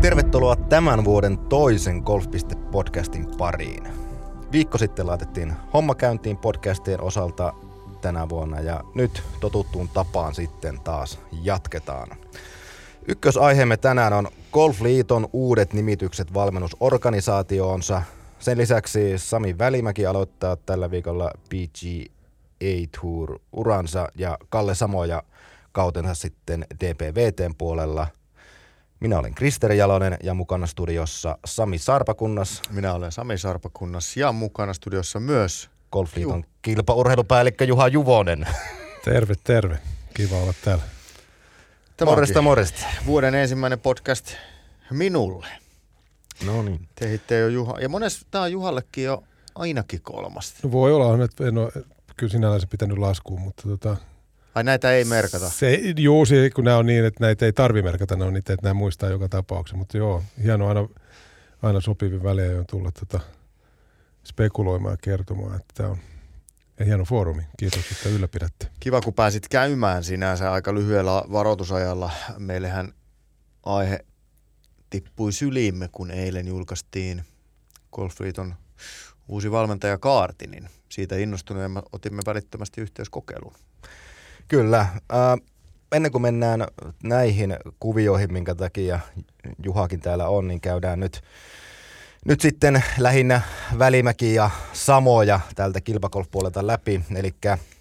Tervetuloa tämän vuoden toisen Golf.podcastin pariin. Viikko sitten laitettiin homma käyntiin podcastien osalta tänä vuonna ja nyt totuttuun tapaan sitten taas jatketaan. Ykkösaiheemme tänään on Golfliiton uudet nimitykset valmennusorganisaatioonsa. Sen lisäksi Sami Välimäki aloittaa tällä viikolla PGA Tour uransa ja Kalle Samoja kautensa sitten DPVT:n puolella. Minä olen Krister Jalonen ja mukana studiossa Sami Sarpakunnas. Minä olen Sami Sarpakunnas ja mukana studiossa myös Golfliiton kilpaurheilupäällikkö Juha Juvonen. Terve, terve. Kiva olla täällä. Morjesta. Vuoden ensimmäinen podcast minulle. No niin. Tehitte jo Juha. Ja tää on Juhallekin jo ainakin kolmas. No voi olla, että en ole kyllä sinällään se pitänyt laskuun, mutta Ai näitä ei merkata? Kun nämä on niin, että näitä ei tarvi merkata, ne on niitä, että nämä muistaa joka tapauksessa. Mutta joo, hienoa aina sopivin väliä on tulla spekuloimaan ja kertomaan, että tämä on hieno foorumi. Kiitos, että ylläpidätte. Kiva, kun pääsit käymään sinänsä aika lyhyellä varoitusajalla. Meillähän aihe tippui syliimme, kun eilen julkaistiin Golfliiton uusi valmentajakaarti, niin siitä innostuneena otimme välittömästi yhteyskokeiluun. Kyllä. Ennen kuin mennään näihin kuvioihin, minkä takia Juhakin täällä on, niin käydään nyt sitten lähinnä Välimäki ja Samoja tältä kilpagolf-puolelta läpi. Eli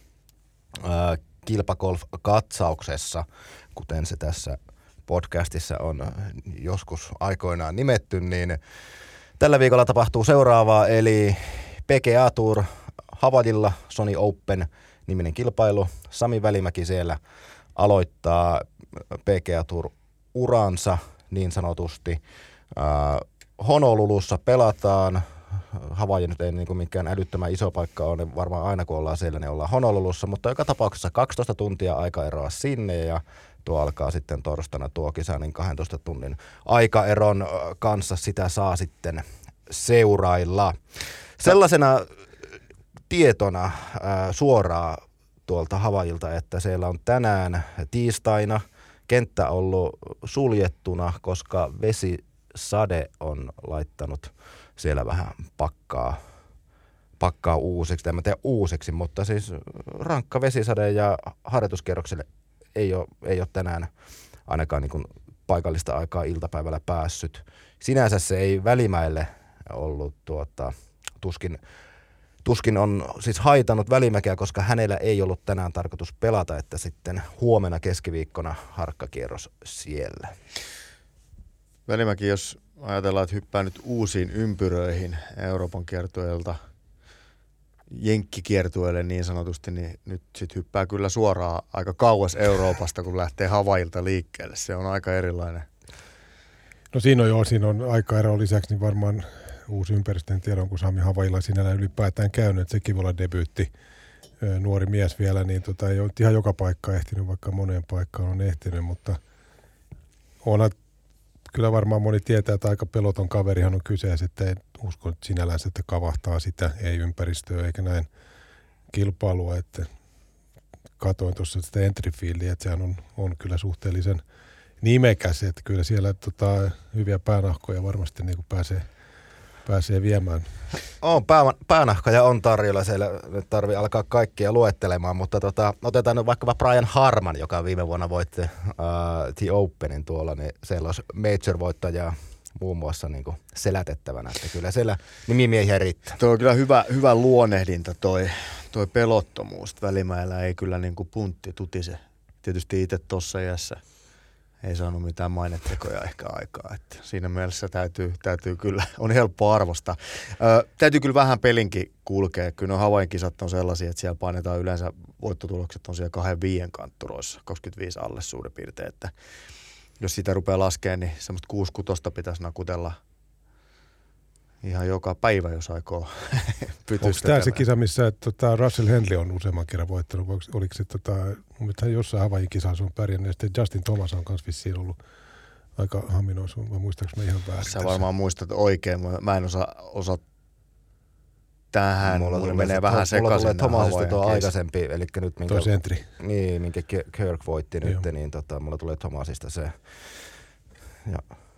kilpagolf-katsauksessa, kuten se tässä podcastissa on joskus aikoinaan nimetty, niin tällä viikolla tapahtuu seuraavaa, eli PGA Tour Hawaiilla Sony Open niminen kilpailu. Sami Välimäki siellä aloittaa PGA Tour uransa niin sanotusti. Honolulussa pelataan. Hawaii nyt ei niin mikään älyttömän iso paikka ole, varmaan aina kun ollaan siellä, niin ollaan Honolulussa, mutta joka tapauksessa 12 tuntia aikaeroa sinne ja tuo alkaa sitten torstaina tuo kisa, niin 12 tunnin aikaeron kanssa sitä saa sitten seurailla. Sellaisena tietona suoraan tuolta Hawaiilta, että siellä on tänään tiistaina kenttä ollut suljettuna, koska vesisade on laittanut siellä vähän pakkaa uusiksi. En tiedä uusiksi, mutta siis rankka vesisade ja harjoituskierrokselle ei ole tänään ainakaan niin kuin paikallista aikaa iltapäivällä päässyt. Sinänsä se ei Välimäelle ollut tuskin on siis haitannut Välimäkeä, koska hänellä ei ollut tänään tarkoitus pelata, että sitten huomenna keskiviikkona harkkakierros siellä. Välimäki, jos ajatellaan, että hyppää nyt uusiin ympyröihin Euroopan kiertueelta jenkkikiertueelle niin sanotusti, niin nyt sitten hyppää kyllä suoraan aika kauas Euroopasta, kun lähtee Hawaiilta liikkeelle. Se on aika erilainen. No siinä on aikaero lisäksi niin varmaan uusi ympäristö, en tiedä onko Sami Hawaiilla sinällään ylipäätään käynyt, että sekin voi olla debyytti, nuori mies vielä, niin ei ole ihan joka paikka ehtinyt, vaikka moneen paikkaan on ehtinyt, mutta kyllä varmaan moni tietää, että aika peloton kaverihan on kyseessä, että ei usko että sinällään, että kavahtaa sitä, ei ympäristöä eikä näin kilpailua, että katoin tuossa sitä entryfieldia, että sehän on kyllä suhteellisen nimekäs, että kyllä siellä hyviä päänahkoja varmasti niin kuin pääsee viemään. Päänahkoja on tarjolla, siellä nyt tarvii alkaa kaikkia luettelemaan, mutta otetaan nyt vaikkapa Brian Harman, joka viime vuonna voitti The Openin tuolla, niin siellä olisi major-voittajaa muun muassa niin kuin selätettävänä, että kyllä siellä nimimiehiä riittää. Tuo on kyllä hyvä luonnehdinta toi pelottomuus. Välimäellä ei kyllä niin kuin puntti tutise. Tietysti itse tuossa iässä ei saanut mitään mainetekoja ehkä aikaa. Että siinä mielessä täytyy kyllä, on helppo arvostaa. Täytyy kyllä vähän pelinkin kulkea. Kyllä Hawaiin kisat on sellaisia, että siellä painetaan yleensä, voittotulokset on siellä 2-5 kantturoissa, 25 alle suurin piirtein. Että jos sitä rupeaa laskemaan, niin semmoista 6-6 pitäisi nakutella ihan joka päivä, jos aikoo pytystetellä. Onko tämä se kisa, missä Russell Henley on useamman kerran voittanut? Oliko se jossain Hawaiin kisassa on pärjännyt, ja sitten Justin Thomas on myös vissiin ollut aika haminoissa, vai muistaaks mä ihan väärin? Sä varmaan muistat oikein, mä en osaa tähän, mulla menee vähän sekaisin. Mulla tulee Thomasista tuo aikaisempi, eli nyt minkä Kirk voitti nyt, niin mulla tulee Thomasista se. Ja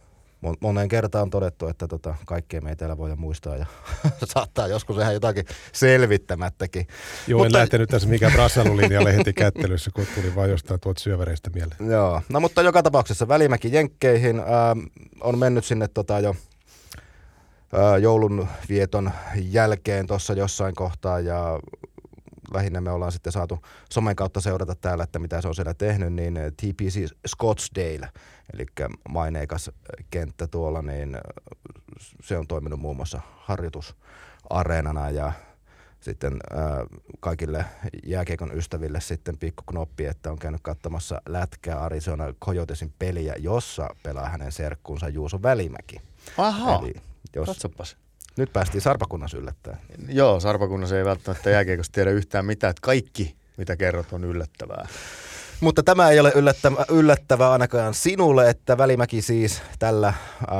moneen kertaan on todettu, että kaikkea me ei täällä voida muistaa ja saattaa joskus ihan jotakin selvittämättäkin. Joo, en lähtenyt tässä mikään brassailulinjalle heti kättelyssä, kun tuli vaan jostain tuolta syövereistä mieleen. Joo, no mutta joka tapauksessa Välimäki jenkkeihin on mennyt sinne jo joulun vieton jälkeen tuossa jossain kohtaa ja lähinnä me ollaan sitten saatu somen kautta seurata täällä, että mitä se on siellä tehnyt, niin TPC Scottsdale, eli maineikas kenttä tuolla, niin se on toiminut muun muassa harjoitusareenana ja sitten kaikille jääkiekon ystäville sitten pikku knoppi, että on käynyt katsomassa lätkää Arizona Coyotesin peliä, jossa pelaa hänen serkkuunsa Juuso Välimäki. Aha, katsopas. Nyt päästiin Sarpakunnassa yllättäen. Joo, Sarpakunnassa ei välttämättä jääkiekosta tiedä yhtään mitään, että kaikki mitä kerrot on yllättävää. Mutta tämä ei ole yllättävää ainakaan sinulle, että Välimäki siis tällä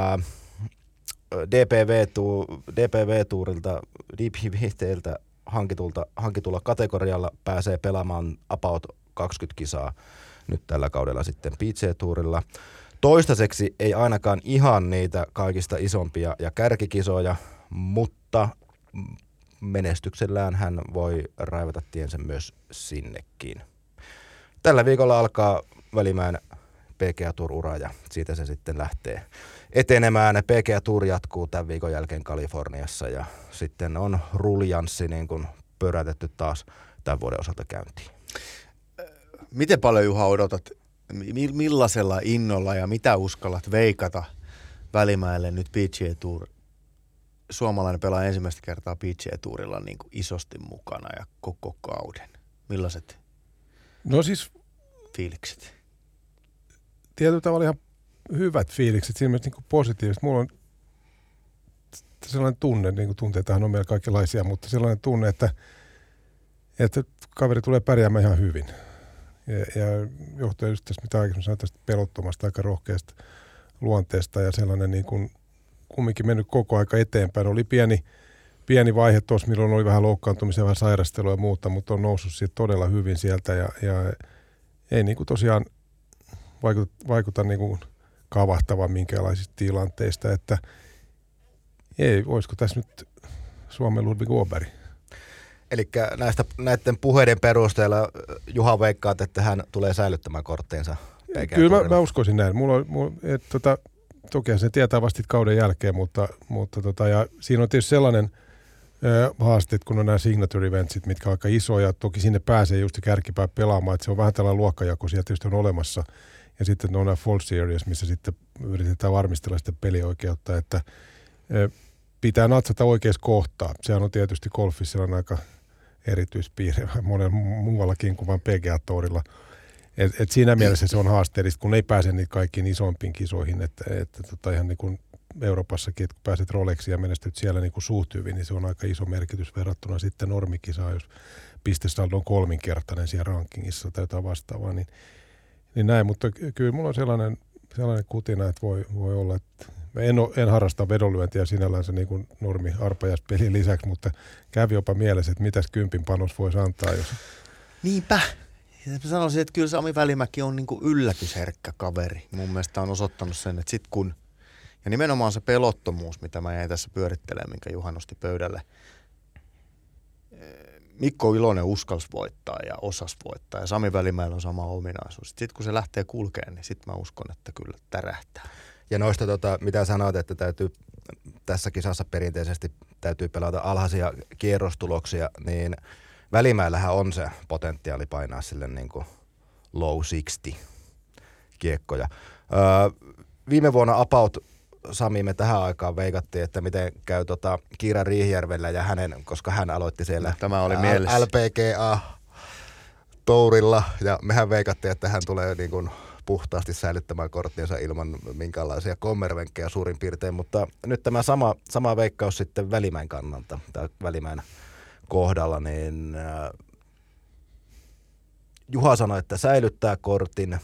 DPV-tuurilta hankitulla kategorialla pääsee pelaamaan about 20 kisaa nyt tällä kaudella sitten PGA-tuurilla. Toistaiseksi ei ainakaan ihan niitä kaikista isompia ja kärkikisoja, mutta menestyksellään hän voi raivata tiensä myös sinnekin. Tällä viikolla alkaa Välimäen PGA Tour-ura ja siitä se sitten lähtee etenemään. PGA Tour jatkuu tämän viikon jälkeen Kaliforniassa ja sitten on ruljanssi niin kuin pörätetty taas tämän vuoden osalta käyntiin. Miten paljon, Juha, odotat, millaisella innolla ja mitä uskallat veikata Välimäelle nyt PGA Tour? Suomalainen pelaa ensimmäistä kertaa PGA Tourilla niin kuin isosti mukana ja koko kauden. Millaiset fiilikset? Tietyllä tavalla ihan hyvät fiilikset, siinä mielessä niin positiiviset. Mulla on sellainen tunne, niin kuin tunteitahan on meillä kaikenlaisia, mutta sellainen tunne, että kaveri tulee pärjäämään ihan hyvin. Ja johtuen just tästä, mitä aikaisemmin sanoin, tästä pelottomasta, aika rohkeasta luonteesta ja sellainen niin kuin kumminkin mennyt koko aika eteenpäin. Oli pieni vaihe tuossa, milloin oli vähän loukkaantumisia, vähän sairastelua ja muuta, mutta on noussut siitä todella hyvin sieltä ja ei niin kuin tosiaan vaikuta niin kuin kavahtavan minkälaisista tilanteista, että ei, voisiko tässä nyt Suomen Ludvig Åberg? Eli näiden puheiden perusteella Juha veikkaat, että hän tulee säilyttämään kortteensa PGA Kyllä Tourilla. mä uskoisin näin. Toki se tietää vasta kauden jälkeen, mutta ja siinä on tietysti sellainen haaste, kun on nämä signature eventsit, mitkä on aika isoja. Toki sinne pääsee just kärkipää pelaamaan, että se on vähän tällainen luokkajako, siellä tietysti on olemassa. Ja sitten on nämä Fall Series, missä sitten yritetään varmistella sitä pelioikeutta, että pitää natsata oikeassa kohtaa. Sehän on tietysti golfissa aika erityispiirre monen muuallakin kuin vain PGA-tourilla. Et siinä mielessä se on haasteellista, kun ei pääse niitä kaikkiin isompiin kisoihin, että ihan niin kuin Euroopassakin, että kun pääset Rolexiin ja menestyt siellä niin kuin suht hyvin, niin se on aika iso merkitys verrattuna sitten normikisaan, jos pistesaldo on 3-kertainen siellä rankingissa tai jotain vastaavaa, niin näin, mutta kyllä mulla on sellainen kutina, että voi olla, että en harrasta vedonlyöntiä sinällänsä niin kuin normi arpajaispelin lisäksi, mutta kävi jopa mielessä, että mitäs 10 panos voisi antaa, jos... Niinpä. Ja mä sanoisin, että kyllä Sami Välimäki on niin kuin yllätysherkkä kaveri. Mun mielestä on osoittanut sen, että sit kun... Ja nimenomaan se pelottomuus, mitä mä jäin tässä pyörittelemään, minkä Juha nosti pöydälle. Mikko Ilonen uskalsi voittaa ja osasi voittaa. Ja Sami Välimäellä on sama ominaisuus. Sitten kun se lähtee kulkeen, niin sitten mä uskon, että kyllä tärähtää. Ja noista, mitä sanoit, että täytyy tässä kisassa perinteisesti täytyy pelata alhaisia kierrostuloksia, niin Välimäellähän on se potentiaali painaa sille niin kuin low 60 kiekkoja. Viime vuonna about Sami me tähän aikaan veikattiin, että miten käy Kiira Riihijärvellä ja koska hän aloitti siellä tämä oli LPGA-tourilla ja mehän veikattiin, että hän tulee niin kuin puhtaasti säilyttämään korttinsa ilman minkäänlaisia kommervenkkejä suurin piirtein, mutta nyt tämä sama veikkaus sitten Välimäen kannalta, tai Välimäen kohdalla, niin Juha sanoi, että säilyttää kortin.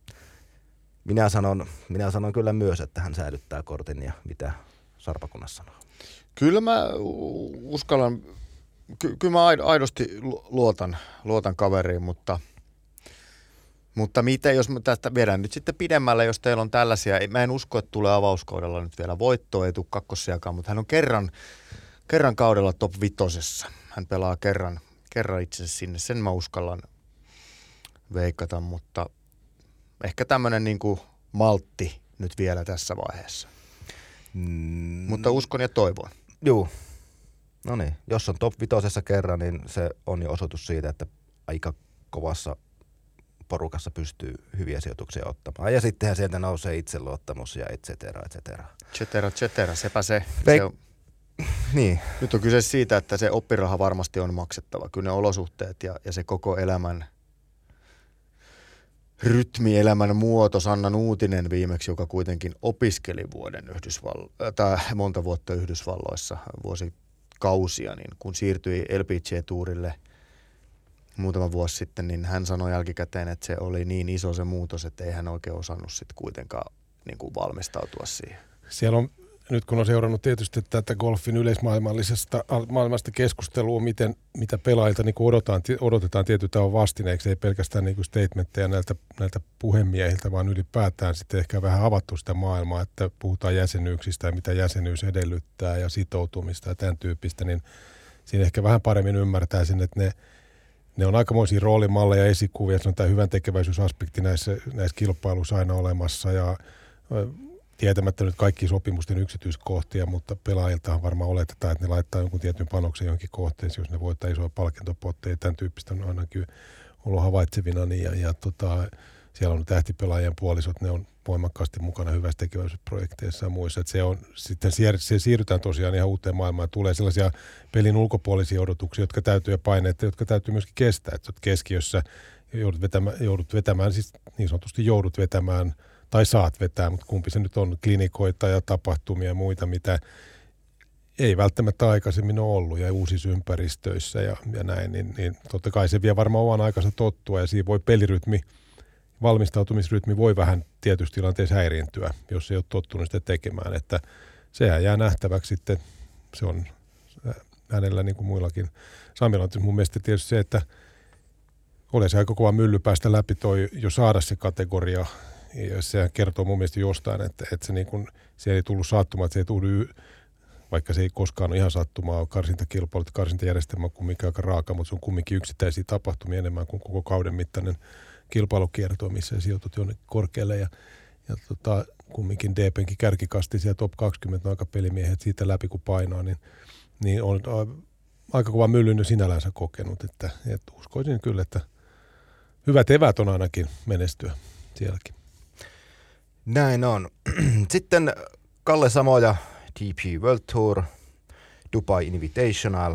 Minä sanon kyllä myös, että hän säilyttää kortin, ja mitä Sarpakunnas sanoo? Kyllä mä uskallan, kyllä mä aidosti luotan kaveriin, mutta Mutta miten, jos me tästä viedään nyt sitten pidemmälle, jos teillä on tällaisia, mä en usko, että tulee avauskaudella nyt vielä voittoa, ei tule kakkossiakaan, mutta hän on kerran kaudella top 5. Hän pelaa kerran itse asiassa sinne, sen mä uskallan veikata, mutta ehkä tämmöinen niin kuin maltti nyt vielä tässä vaiheessa. Mutta uskon ja toivon. Joo. No niin, jos on top 5 kerran, niin se on jo osoitus siitä, että aika kovassa porukassa pystyy hyviä sijoituksia ottamaan. Ja sittenhän sieltä nousee itseluottamus ja et cetera. Sepä se. Niin. Nyt on kyse siitä, että se oppiraha varmasti on maksettava. Kyllä ne olosuhteet ja se koko elämän rytmi, elämän muoto. Sanna Nuutinen viimeksi, joka kuitenkin opiskeli monta vuotta Yhdysvalloissa, vuosikausia, niin kun siirtyi LPGA-tuurille muutama vuosi sitten, niin hän sanoi jälkikäteen, että se oli niin iso se muutos, että ei hän oikein osannut sitten kuitenkaan niin kuin valmistautua siihen. Siellä on, nyt kun on seurannut tietysti tätä golfin yleismaailmasta keskustelua, mitä pelaajilta niin odotetaan tietyllä vastineeksi, ei pelkästään niin kuin statementteja näiltä puhemiehiltä, vaan ylipäätään sitten ehkä vähän avattu sitä maailmaa, että puhutaan jäsenyyksistä ja mitä jäsenyys edellyttää ja sitoutumista ja tämän tyyppistä, niin siinä ehkä vähän paremmin ymmärtää sen, että ne on aikamoisia roolimalleja, esikuvia, se on tämä hyvän tekeväisyysaspekti näissä kilpailuissa aina olemassa ja tietämättä nyt kaikki sopimusten yksityiskohtia, mutta pelaajiltahan varmaan oletetaan, että ne laittaa jonkun tietyn panoksen johonkin kohteeseen, jos ne voittaa isoja palkintopotteja. Tämän tyyppistä on ainakin ollut havaitsevina. Siellä on tähtipelaajien puolisot, ne on voimakkaasti mukana hyvässä tekeväisyysprojekteissa ja muissa. Että sitten siirrytään tosiaan ihan uuteen maailmaan ja tulee sellaisia pelin ulkopuolisia odotuksia, jotka täytyy ja paineita, jotka täytyy myöskin kestää. Että keskiössä joudut vetämään, siis niin sanotusti joudut vetämään tai saat vetää, mutta kumpi se nyt on, klinikoita ja tapahtumia ja muita, mitä ei välttämättä aikaisemmin ole ollut ja uusissa ympäristöissä ja näin, niin totta kai se vie varmaan oman aikansa tottua ja siinä voi pelirytmi, valmistautumisrytmi voi vähän tietysti tilanteessa häiriintyä, jos ei ole tottunut sitä tekemään, että sehän jää nähtäväksi sitten, se on hänellä niin kuin muillakin. Samilla on mun mielestä tietysti se, että ole se aika kova mylly päästä läpi toi jo saada se kategoria. Ja sehän kertoo mun mielestä jostain, että se, niin kun, se ei tullut sattumaan, että se ei tullut, vaikka se ei koskaan ole ihan sattumaa, karsintakilpailut, karsintajärjestelmä on kumminkin aika raaka, mutta se on kumminkin yksittäisiä tapahtumia enemmän kuin koko kauden mittainen kilpailukierto, missä sijoitut jonnekin korkealle. Ja kumminkin DP:nkin kärkikasti siellä top 20 on aika pelimiehet siitä läpi kun painaa, niin on aika kova myllyn jo sinällänsä kokenut, että uskoisin kyllä, että hyvät evät on ainakin menestyä sielläkin. Näin on. Sitten Kalle Samoja, DP World Tour, Dubai Invitational.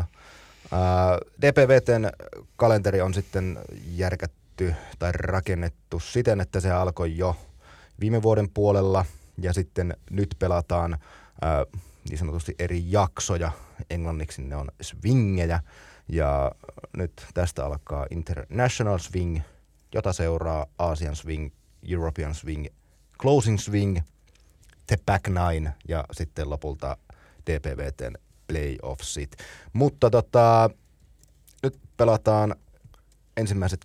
DPWT:n kalenteri on sitten järkätty tai rakennettu siten, että se alkoi jo viime vuoden puolella ja sitten nyt pelataan niin sanotusti eri jaksoja. Englanniksi ne on swingejä ja nyt tästä alkaa International Swing, jota seuraa Asian Swing, European Swing, Closing Swing, The Back Nine ja sitten lopulta DPWT:n Playoffsit. Mutta nyt pelataan ensimmäiset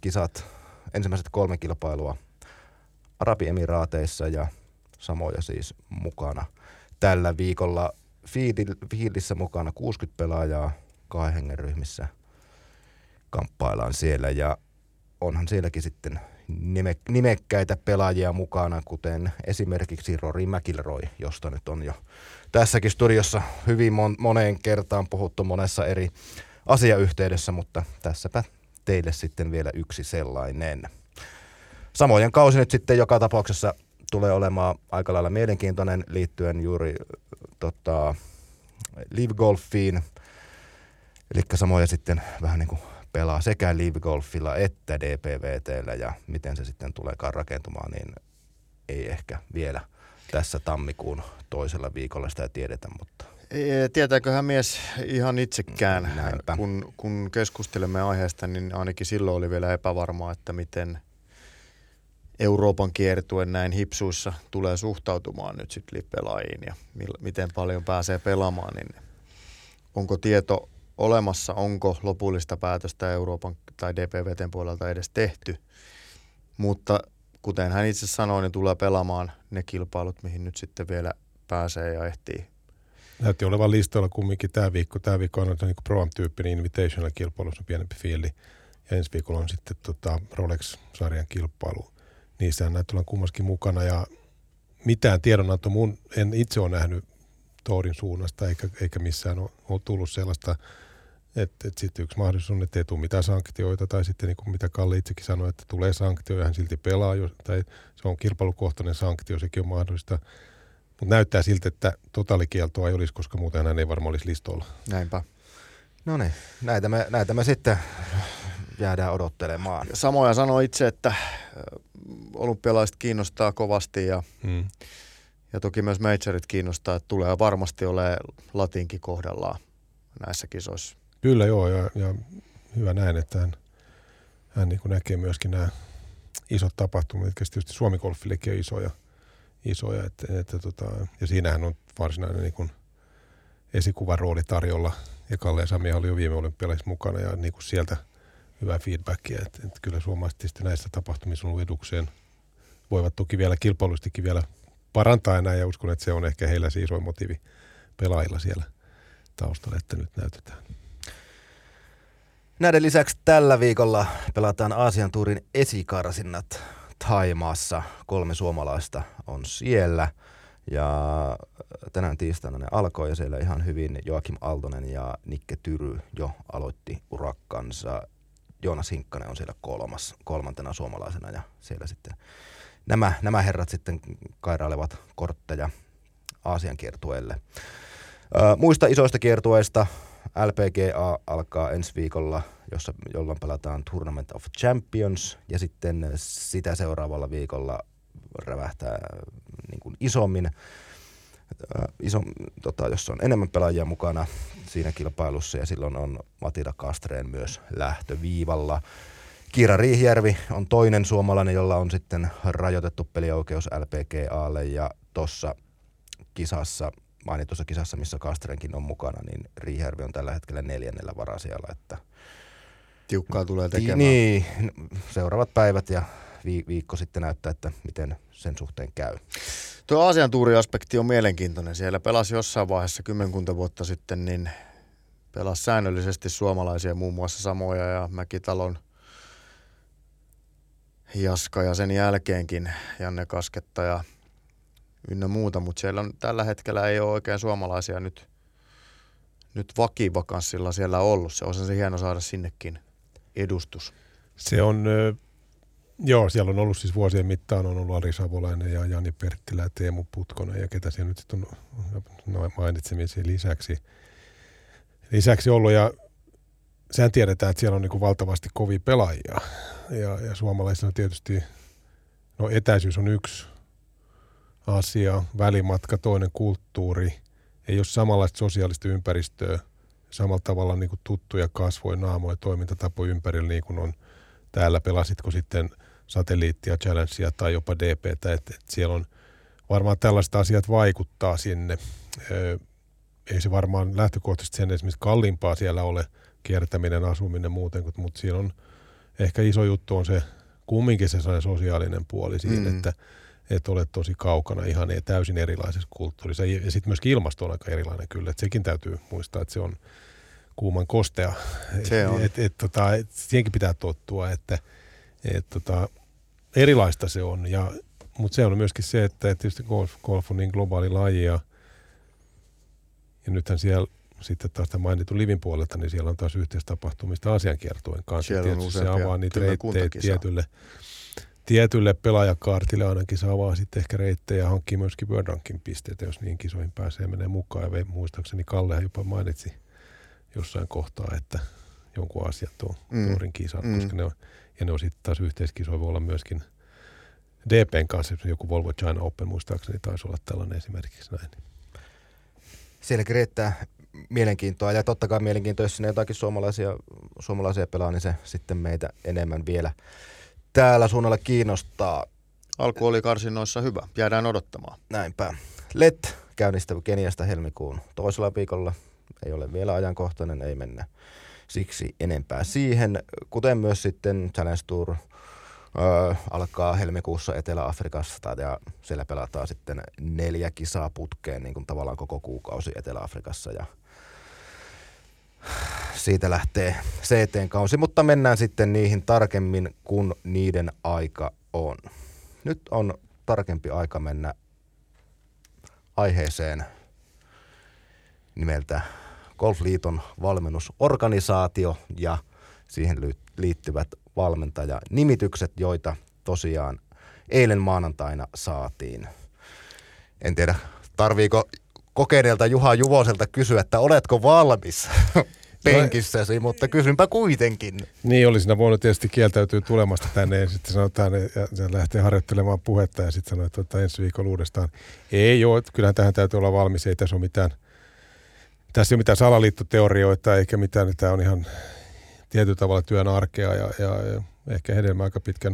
3 kilpailua Arabiemiraateissa ja Samoja siis mukana. Tällä viikolla fieldissä mukana 60 pelaajaa, 2 hengen ryhmissä kamppaillaan siellä ja onhan sielläkin sitten nimekkäitä pelaajia mukana, kuten esimerkiksi Rory McIlroy, josta nyt on jo tässäkin studiossa hyvin moneen kertaan puhuttu monessa eri asiayhteydessä, mutta tässäpä teille sitten vielä yksi sellainen. Samojen kausi nyt sitten joka tapauksessa tulee olemaan aika lailla mielenkiintoinen liittyen juuri Live Golfiin, eli Samoja sitten vähän niin kuin pelaa sekä Live Golfilla että DPWT:llä ja miten se sitten tuleekaan rakentumaan, niin ei ehkä vielä tässä tammikuun toisella viikolla sitä tiedetä, mutta tietääköhän mies ihan itsekään. Kun keskustelemme aiheesta, niin ainakin silloin oli vielä epävarmaa, että miten Euroopan kiertuen näin hipsuissa tulee suhtautumaan nyt sitten live-pelaajiin ja miten paljon pääsee pelaamaan, niin onko tieto olemassa, onko lopullista päätöstä Euroopan tai DPWT:n puolelta edes tehty, Mutta kuten hän itse sanoi, niin tulee pelaamaan ne kilpailut, mihin nyt sitten vielä pääsee ja ehtii. Näytti olevan listalla kumminkin tämä viikko. Tämä viikko on niin Pro-Am-tyyppinen Invitational-kilpailussa pienempi fieldi. Ja ensi viikolla on sitten Rolex-sarjan kilpailu. Niissä näytti olevan kummaskin mukana. Ja mitään tiedonantoa en itse ole nähnyt Tourin suunnasta, eikä missään ole tullut sellaista, että sitten yksi mahdollisuus on, että ei tule mitään sanktioita. Tai sitten niin kuin mitä Kalle itsekin sanoi, että tulee sanktioja, hän silti pelaa. Tai se on kilpailukohtainen sanktio, sekin on mahdollista. Mutta näyttää siltä, että totaalikieltoa ei olisi, koska muuten hän ei varmaan olisi listolla. Näinpä. No niin, näitä me sitten jäädään odottelemaan. Samoja sanoi itse, että olympialaiset kiinnostaa kovasti ja toki myös majorit kiinnostaa, että tulee varmasti olemaan latinkin kohdallaan näissä kisoissa. Kyllä joo, ja hyvä näin, että hän niin kuin näkee myöskin nämä isot tapahtumat, jotka tietysti Suomi-golfillekin on isoja ja siinähän on varsinainen niin kuin esikuvan rooli tarjolla. Ja Kalle ja Sami oli jo viime olympialaisissa mukana ja niin kuin sieltä hyvää feedbackia. Että kyllä suomalaiset tietysti näissä tapahtumissa on ollut edukseen. Voivat toki vielä kilpailustikin vielä parantaa enää ja uskon, että se on ehkä heillä se isoin motiivi pelaajilla siellä taustalla, että nyt näytetään. Näiden lisäksi tällä viikolla pelataan Aasian Tourin esikarsinnat Thaimaassa. 3 suomalaista on siellä ja tänään tiistaina ne alkoi ja siellä ihan hyvin Joakim Aaltonen ja Nikke Tyry jo aloitti urakkansa. Joonas Hinkkanen on siellä kolmantena suomalaisena ja siellä sitten nämä herrat sitten kairailevat kortteja Aasian kiertueelle. Muista isoista kiertueista LPGA alkaa ensi viikolla, jolloin pelataan Tournament of Champions ja sitten sitä seuraavalla viikolla rävähtää niin kuin isommin, jossa on enemmän pelaajia mukana siinä kilpailussa ja silloin on Matilda Castrén myös lähtöviivalla. Kiira Riihijärvi on toinen suomalainen, jolla on sitten rajoitettu pelioikeus LPGAlle ja tuossa kisassa, mainitussa kisassa, missä Castrénkin on mukana, niin Riihijärvi on tällä hetkellä 4. varasijalla. Että tiukkaa tulee tekemään. Niin, seuraavat päivät ja viikko sitten näyttää, että miten sen suhteen käy. Tuo Aasian tuuriaspekti on mielenkiintoinen. Siellä pelasi jossain vaiheessa 10 vuotta sitten, niin pelasi säännöllisesti suomalaisia, muun muassa Samoja ja Mäkitalon Jaska ja sen jälkeenkin Janne Kasketta ja ynnä muuta, mutta siellä on, tällä hetkellä ei ole oikein suomalaisia nyt vakivakanssilla siellä ollut. Se olisi se hieno saada sinnekin edustus. Se on, siellä on ollut siis vuosien mittaan, on ollut Ari Savolainen ja Jani Perttilä ja Teemu Putkonen ja ketä siellä nyt sitten on mainitsemisen lisäksi ollut ja sehän tiedetään, että siellä on niin kuin valtavasti kovia pelaajia ja suomalaisilla tietysti, etäisyys on yksi asia, välimatka, toinen kulttuuri, ei ole samanlaista sosiaalista ympäristöä, samalla tavalla niin kuin tuttuja kasvoja, naamoja, toimintatapoja ympärillä niin kuin on täällä, pelasitko sitten satelliittia, challengea tai jopa DPtä, että siellä on varmaan tällaiset asiat vaikuttaa sinne. Ei se varmaan lähtökohtaisesti sen esimerkiksi kalliimpaa siellä ole kiertäminen, asuminen muuten, mutta siellä on ehkä iso juttu on se kumminkin se sosiaalinen puoli siinä, että olet tosi kaukana ihan täysin erilaisessa kulttuurissa. Ja sitten myöskin ilmasto on aika erilainen kyllä, että sekin täytyy muistaa, että se on kuuman kostea. Se on. Siihenkin pitää tottua, että erilaista se on. Mutta se on myöskin se, että tietysti golf on niin globaali laji ja nythän siellä sitten taas tämän mainitun Livin puolelta, niin siellä on taas yhteistapahtumista Aasian kiertueen kanssa. Siellä on se avaa niitä reittejä tietylle pelaajakaartille ainakin. Se avaa sitten ehkä reittejä ja hankkii myöskin World Rankin pisteitä, jos niin kisoihin pääsee menee mukaan. Ja muistaakseni Kallehan jopa mainitsi jossain kohtaa, että jonkun asiat tuon Tourin kisan, koska ne on sitten taas yhteiskisoja, voi olla myöskin DPn kanssa, joku Volvo China Open muistaakseni taisi olla tällainen esimerkiksi näin. Sielläkin riittää mielenkiintoa ja totta kai mielenkiintoa, jos sinne jotakin suomalaisia pelaa, niin se sitten meitä enemmän vielä täällä suunnalla kiinnostaa. Alku oli karsinnoissa hyvä. Jäädään odottamaan. Näinpä. LED käynnistävä Keniasta helmikuun toisella viikolla. Ei ole vielä ajankohtainen, ei mennä siksi enempää siihen. Kuten myös sitten Challenge Tour Alkaa helmikuussa Etelä-Afrikasta ja siellä pelataan sitten 4 kisaa putkeen niin kuin tavallaan koko kuukausi Etelä-Afrikassa ja siitä lähtee CT-kausi, mutta mennään sitten niihin tarkemmin, kun niiden aika on. Nyt on tarkempi aika mennä aiheeseen nimeltä Golfliiton valmennusorganisaatio ja siihen liittyvät valmentajanimitykset, joita tosiaan eilen maanantaina saatiin. En tiedä, tarviiko kokeneelta Juha Juvoselta kysyä, että oletko valmis penkissäsi, mutta kysynpä kuitenkin. Niin, oli siinä voinut tietysti kieltäytyä tulemasta tänne ja sitten sanotaan, ja se lähtee harjoittelemaan puhetta ja sitten sanoi, että ensi viikolla uudestaan. Ei ole, kyllähän tähän täytyy olla valmis, ei tässä ole mitään. Tässä ei ole mitään salaliittoteorioita eikä mitään, tämä on ihan tietyllä tavalla työn arkea ja ehkä hedelmä aika pitkän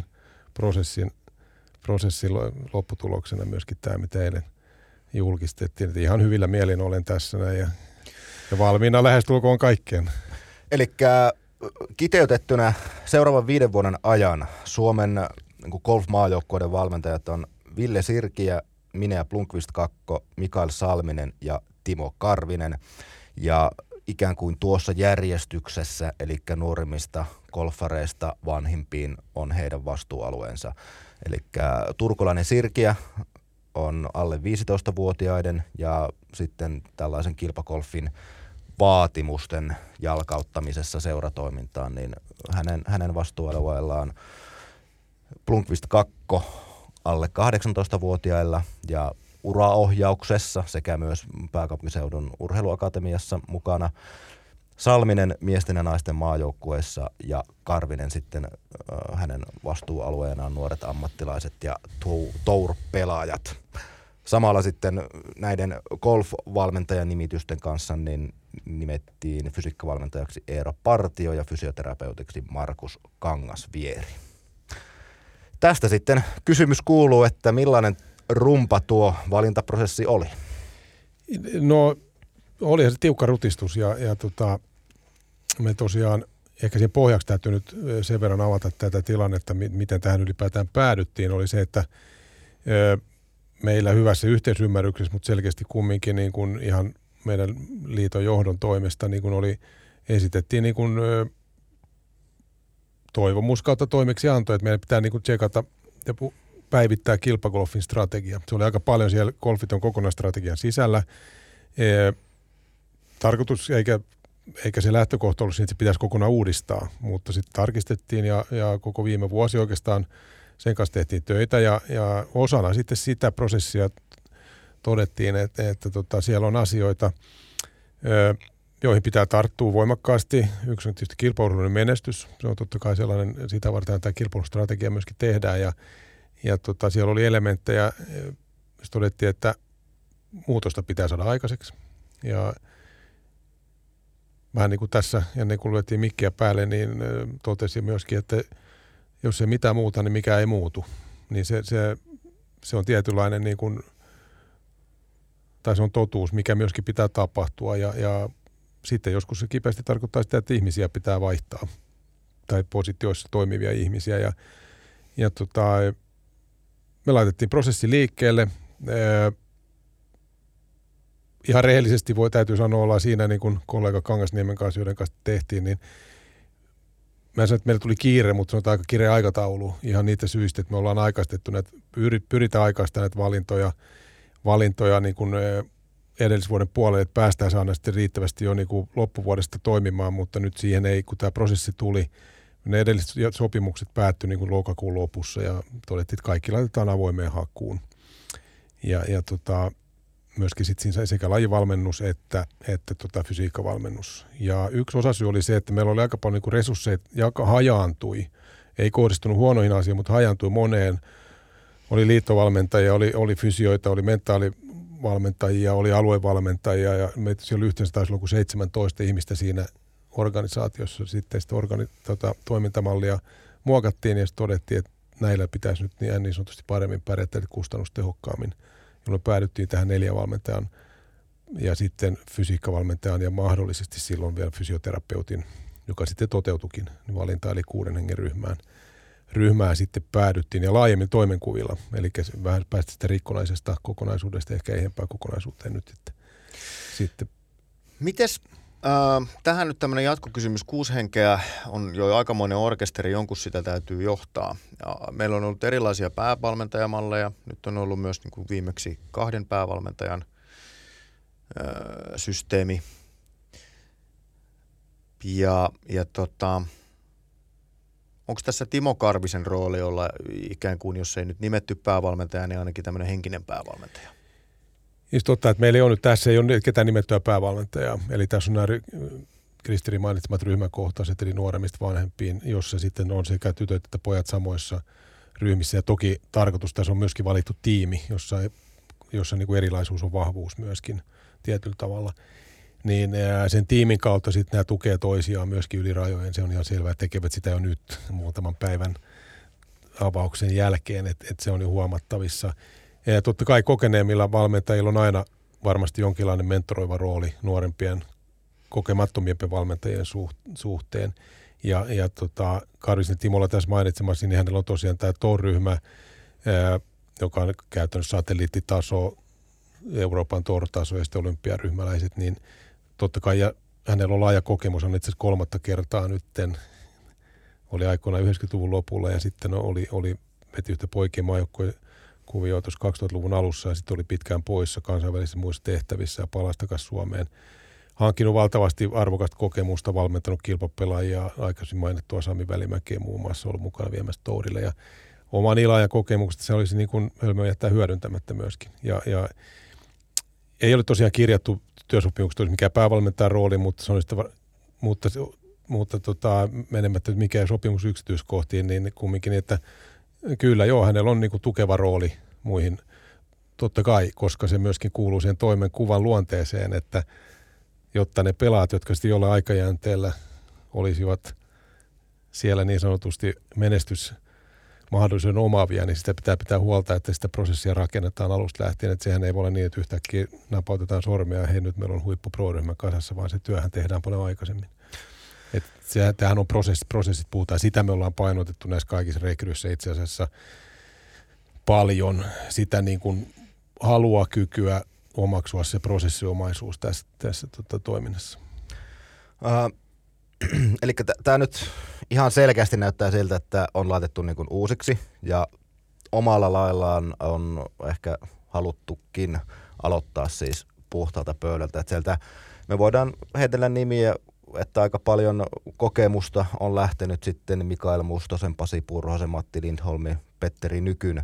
prosessin lopputuloksena myöskin tämä, mitä eilen julkistettiin. Että ihan hyvillä mielin olen tässä näin ja valmiina lähestulkoon kaikkeen. Elikkä kiteytettynä seuraavan 5 vuoden ajan Suomen golf-maajoukkueiden valmentajat on Ville Sirkiä, Minea Blomqvist kakko, Mikael Salminen ja Timo Karvinen. Ja ikään kuin tuossa järjestyksessä, eli nuorimmista golfareista vanhimpiin on heidän vastuualueensa. Eli turkulainen Sirkiä on alle 15-vuotiaiden ja sitten tällaisen kilpagolfin vaatimusten jalkauttamisessa seuratoimintaan, niin hänen vastuualueellaan Blomqvist kakko alle 18-vuotiailla ja uraohjauksessa sekä myös pääkaupunkiseudun urheiluakatemiassa mukana. Salminen miesten ja naisten maajoukkueessa ja Karvinen sitten hänen vastuualueenaan nuoret ammattilaiset ja tour-pelaajat. Samalla sitten näiden golf-valmentajanimitysten kanssa niin nimettiin fysiikkavalmentajaksi Eero Partio ja fysioterapeutiksi Markus Kangasvieri. Tästä sitten kysymys kuuluu, että millainen rumpa tuo valintaprosessi oli? No olihan se tiukka rutistus ja me tosiaan ehkä siihen pohjaksi täytyy nyt sen verran avata tätä tilannetta, miten tähän ylipäätään päädyttiin, oli se, että meillä hyvässä yhteisymmärryksessä, mutta selkeästi kumminkin niin kuin ihan meidän liiton johdon toimesta niin kuin esitettiin niin kuin toivomus kautta toimeksianto, että meidän pitää niin kuin tsekata ja päivittää kilpagolfin strategia. Se oli aika paljon siellä Golfiton kokonaisstrategian sisällä. Tarkoitus, eikä se lähtökohta ollut, että se pitäisi kokonaan uudistaa, mutta sitten tarkistettiin ja koko viime vuosi oikeastaan sen kanssa tehtiin töitä ja osana sitten sitä prosessia todettiin, että siellä on asioita, joihin pitää tarttua voimakkaasti. Yksi on tietysti kilpailullinen menestys. Se on totta kai sellainen, sitä varten tämä kilpailustrategia myöskin tehdään ja siellä oli elementtejä, joissa todettiin, että muutosta pitää saada aikaiseksi. Ja vähän niin kuin tässä, ennen kuin luettiin mikkiä päälle, niin totesin myöskin, että jos ei mitään muuta, niin mikä ei muutu. Niin se on tietynlainen, niin kuin, tai se on totuus, mikä myöskin pitää tapahtua. Ja sitten joskus se kipeästi tarkoittaa sitä, että ihmisiä pitää vaihtaa. Tai positioissa toimivia ihmisiä. Ja me laitettiin prosessi liikkeelle. Ihan rehellisesti täytyy sanoa, ollaan siinä niin kuin kollega Kangasniemen kanssa, joiden kanssa tehtiin, niin mä en sano, että meillä tuli kiire, mutta se on aika kireä aikataulu ihan niitä syistä, että me ollaan aikaistettu näitä, pyritään aikaistamaan näitä valintoja niin kuin edellisvuoden puolelle, että päästään saada sitten riittävästi jo niin kuin loppuvuodesta toimimaan, mutta nyt siihen ei, kun tämä prosessi tuli, ne edelliset sopimukset päättyi niin kuin lokakuun lopussa ja todettiin, että kaikki laitetaan avoimeen hakuun. Ja myöskin sitten siinä sekä lajivalmennus että fysiikkavalmennus. Ja yksi osasyy oli se, että meillä oli aika paljon niin kuin resursseja, joka hajaantui. Ei kohdistunut huonoihin asioihin, mutta hajaantui moneen. Oli liittovalmentajia, oli fysioita, oli mentaalivalmentajia, oli aluevalmentajia ja meitä siellä yhteensä taisi olla kuin 17 ihmistä siinä organisaatiossa. Sitten sitä toimintamallia muokattiin ja sitten todettiin, että näillä pitäisi nyt niin sanotusti paremmin pärjätä, eli kustannustehokkaammin, jolloin päädyttiin tähän 4 valmentajan ja sitten fysiikkavalmentajan ja mahdollisesti silloin vielä fysioterapeutin, joka sitten toteutuikin, niin valinta eli 6 hengen ryhmään. ryhmään sitten päädyttiin ja laajemmin toimenkuvilla. Eli vähän päästä sitä rikkonaisesta kokonaisuudesta ehkä ehempään kokonaisuuteen nyt sitten. Mites tähän nyt tämmöinen jatkokysymys. 6 henkeä on jo aikamoinen orkesteri, jonkun sitä täytyy johtaa. Ja meillä on ollut erilaisia päävalmentajamalleja. Nyt on ollut myös niin kuin viimeksi 2 päävalmentajan systeemi. Onko tässä Timo Karvisen rooli olla ikään kuin, jos ei nyt nimetty päävalmentaja, niin ainakin tämmöinen henkinen päävalmentaja? Niin totta, että meillä ei ole nyt tässä ei ole ketään nimettyä päävalmentajaa. Eli tässä on nämä Kristerin mainitsemat ryhmäkohtaiset, eli nuoremmista vanhempiin, jossa sitten on sekä tytöt että pojat samoissa ryhmissä. Ja toki tarkoitus tässä on myöskin valittu tiimi, jossa niin kuin erilaisuus on vahvuus myöskin tietyllä tavalla. Niin sen tiimin kautta sitten nämä tukee toisiaan myöskin yli rajojen. Se on ihan selvää, että tekevät sitä jo nyt muutaman päivän avauksen jälkeen, että se on jo huomattavissa. Ja totta kai kokeneemmilla valmentajilla on aina varmasti jonkinlainen mentoroiva rooli nuorempien kokemattomien valmentajien suhteen. Ja Karvisen Timolla tässä mainitsemassa, niin hänellä on tosiaan tämä TOR-ryhmä, joka on käytännössä satelliittitaso, Euroopan TOR-taso ja sitten olympiaryhmäläiset, niin totta kai ja hänellä on laaja kokemus, on itse asiassa 3. kertaa nytten, oli aikoinaan 90-luvun lopulla ja sitten oli veti yhtä poikien maajoukkojen kuvioon tuossa 2000-luvun alussa ja sitten oli pitkään poissa kansainvälisissä muissa tehtävissä ja palasi takaisin Suomeen. Hankkinut valtavasti arvokasta kokemusta, valmentanut kilpapelaajia, aikaisemmin mainittua Sami Välimäkeä muun muassa, ollut mukana viemässä Tourille ja oman ilan ja kokemuksesta se olisi niin kuin hölmöä jättää hyödyntämättä myöskin. Ja ei ole tosiaan kirjattu työsopimuksesta olisi mikään päävalmentajan rooli, mutta se on sitä, mutta menemättä mikään sopimus yksityiskohtiin, niin kumminkin, että kyllä joo, hänellä on niin kuin tukeva rooli muihin, totta kai, koska se myöskin kuuluu siihen toimenkuvan luonteeseen, että jotta ne pelaat, jotka sitten jollain aikajänteellä olisivat siellä niin sanotusti menestysmahdollisuuden omaavia, niin sitä pitää huolta, että sitä prosessia rakennetaan alusta lähtien, että sehän ei voi olla niin, että yhtäkkiä napautetaan sormia ja hei nyt meillä on huippu pro-ryhmä kasassa, vaan se työhän tehdään paljon aikaisemmin. Tämähän on prosessit puhutaan. Sitä me ollaan painotettu näissä kaikissa rekryissä itse asiassa paljon. Sitä niin kuin halua, kykyä omaksua se prosessiomaisuus tässä toiminnassa. Eli tämä nyt ihan selkeästi näyttää siltä, että on laitettu niin kuin uusiksi ja omalla laillaan on ehkä haluttukin aloittaa siis puhtaalta pöydältä. Että sieltä me voidaan heitellä nimiä, että aika paljon kokemusta on lähtenyt sitten Mikael Mustosen, Pasi Purhosen, Matti Lindholmin, Petteri Nykyn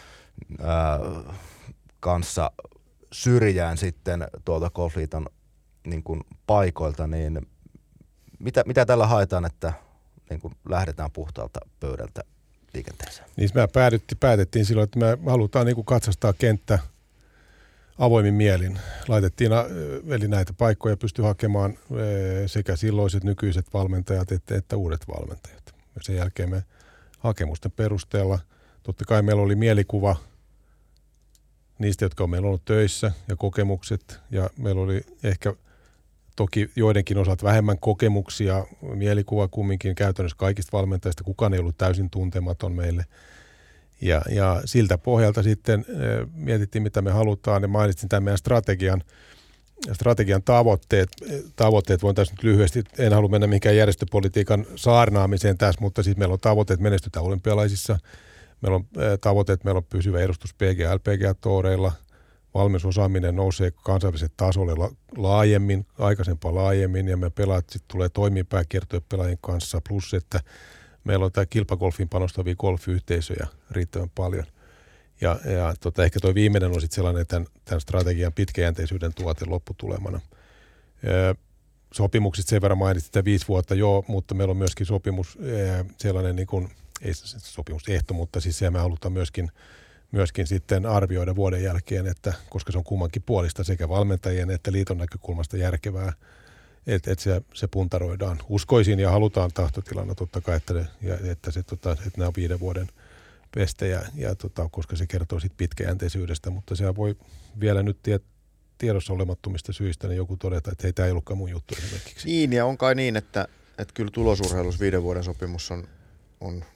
kanssa syrjään sitten tuolta Golfliiton niin kuin paikoilta, niin mitä tällä haetaan, että niin kuin lähdetään puhtaalta pöydältä liikenteeseen? Niin me päätettiin silloin, että me halutaan niin kuin katsastaa kenttä avoimin mielin. Laitettiin, eli näitä paikkoja pystyi hakemaan sekä silloiset nykyiset valmentajat että uudet valmentajat. Ja sen jälkeen me hakemusten perusteella, totta kai meillä oli mielikuva niistä, jotka on meillä ollut töissä ja kokemukset, ja meillä oli ehkä toki joidenkin osalta vähemmän kokemuksia, mielikuva kumminkin käytännössä kaikista valmentajista, kukaan ei ollut täysin tuntematon meille. Ja siltä pohjalta sitten mietittiin, mitä me halutaan, ja mainitsin tämän meidän strategian tavoitteet. Voin tässä nyt lyhyesti, en halua mennä mihinkään järjestöpolitiikan saarnaamiseen tässä, mutta siis meillä on tavoitteet menestytään olympialaisissa. Meillä on tavoitteet, meillä on pysyvä edustus PGA, LPGA-toureilla. Valmennusosaaminen nousee kansainväliselle tasolle aikaisempaa laajemmin, ja me pelaat sitten tulee toiminpääkiertojen pelaajien kanssa, plus että meillä on tämä kilpagolfiin panostavia golfyhteisöjä riittävän paljon. Ja ehkä tuo viimeinen on sitten sellainen tämän strategian pitkäjänteisyyden tuote lopputulemana. Sopimukset sen verran mainitsin, että 5 vuotta joo, mutta meillä on myöskin sopimus sellainen, niin kuin, ei sopimusehto, mutta siis se me halutaan myöskin sitten arvioida vuoden jälkeen, että koska se on kummankin puolista sekä valmentajien että liiton näkökulmasta järkevää, että se puntaroidaan. Uskoisin ja halutaan tahtotilana totta kai, että nämä on 5 vuoden pestejä, koska se kertoo sitten pitkäjänteisyydestä, mutta se voi vielä nyt tiedossa olemattomista syistä niin joku todeta, että hei, tämä ei ollutkaan mun juttu esimerkiksi. Niin, ja on kai niin, että kyllä tulosurheilussa 5 vuoden sopimus on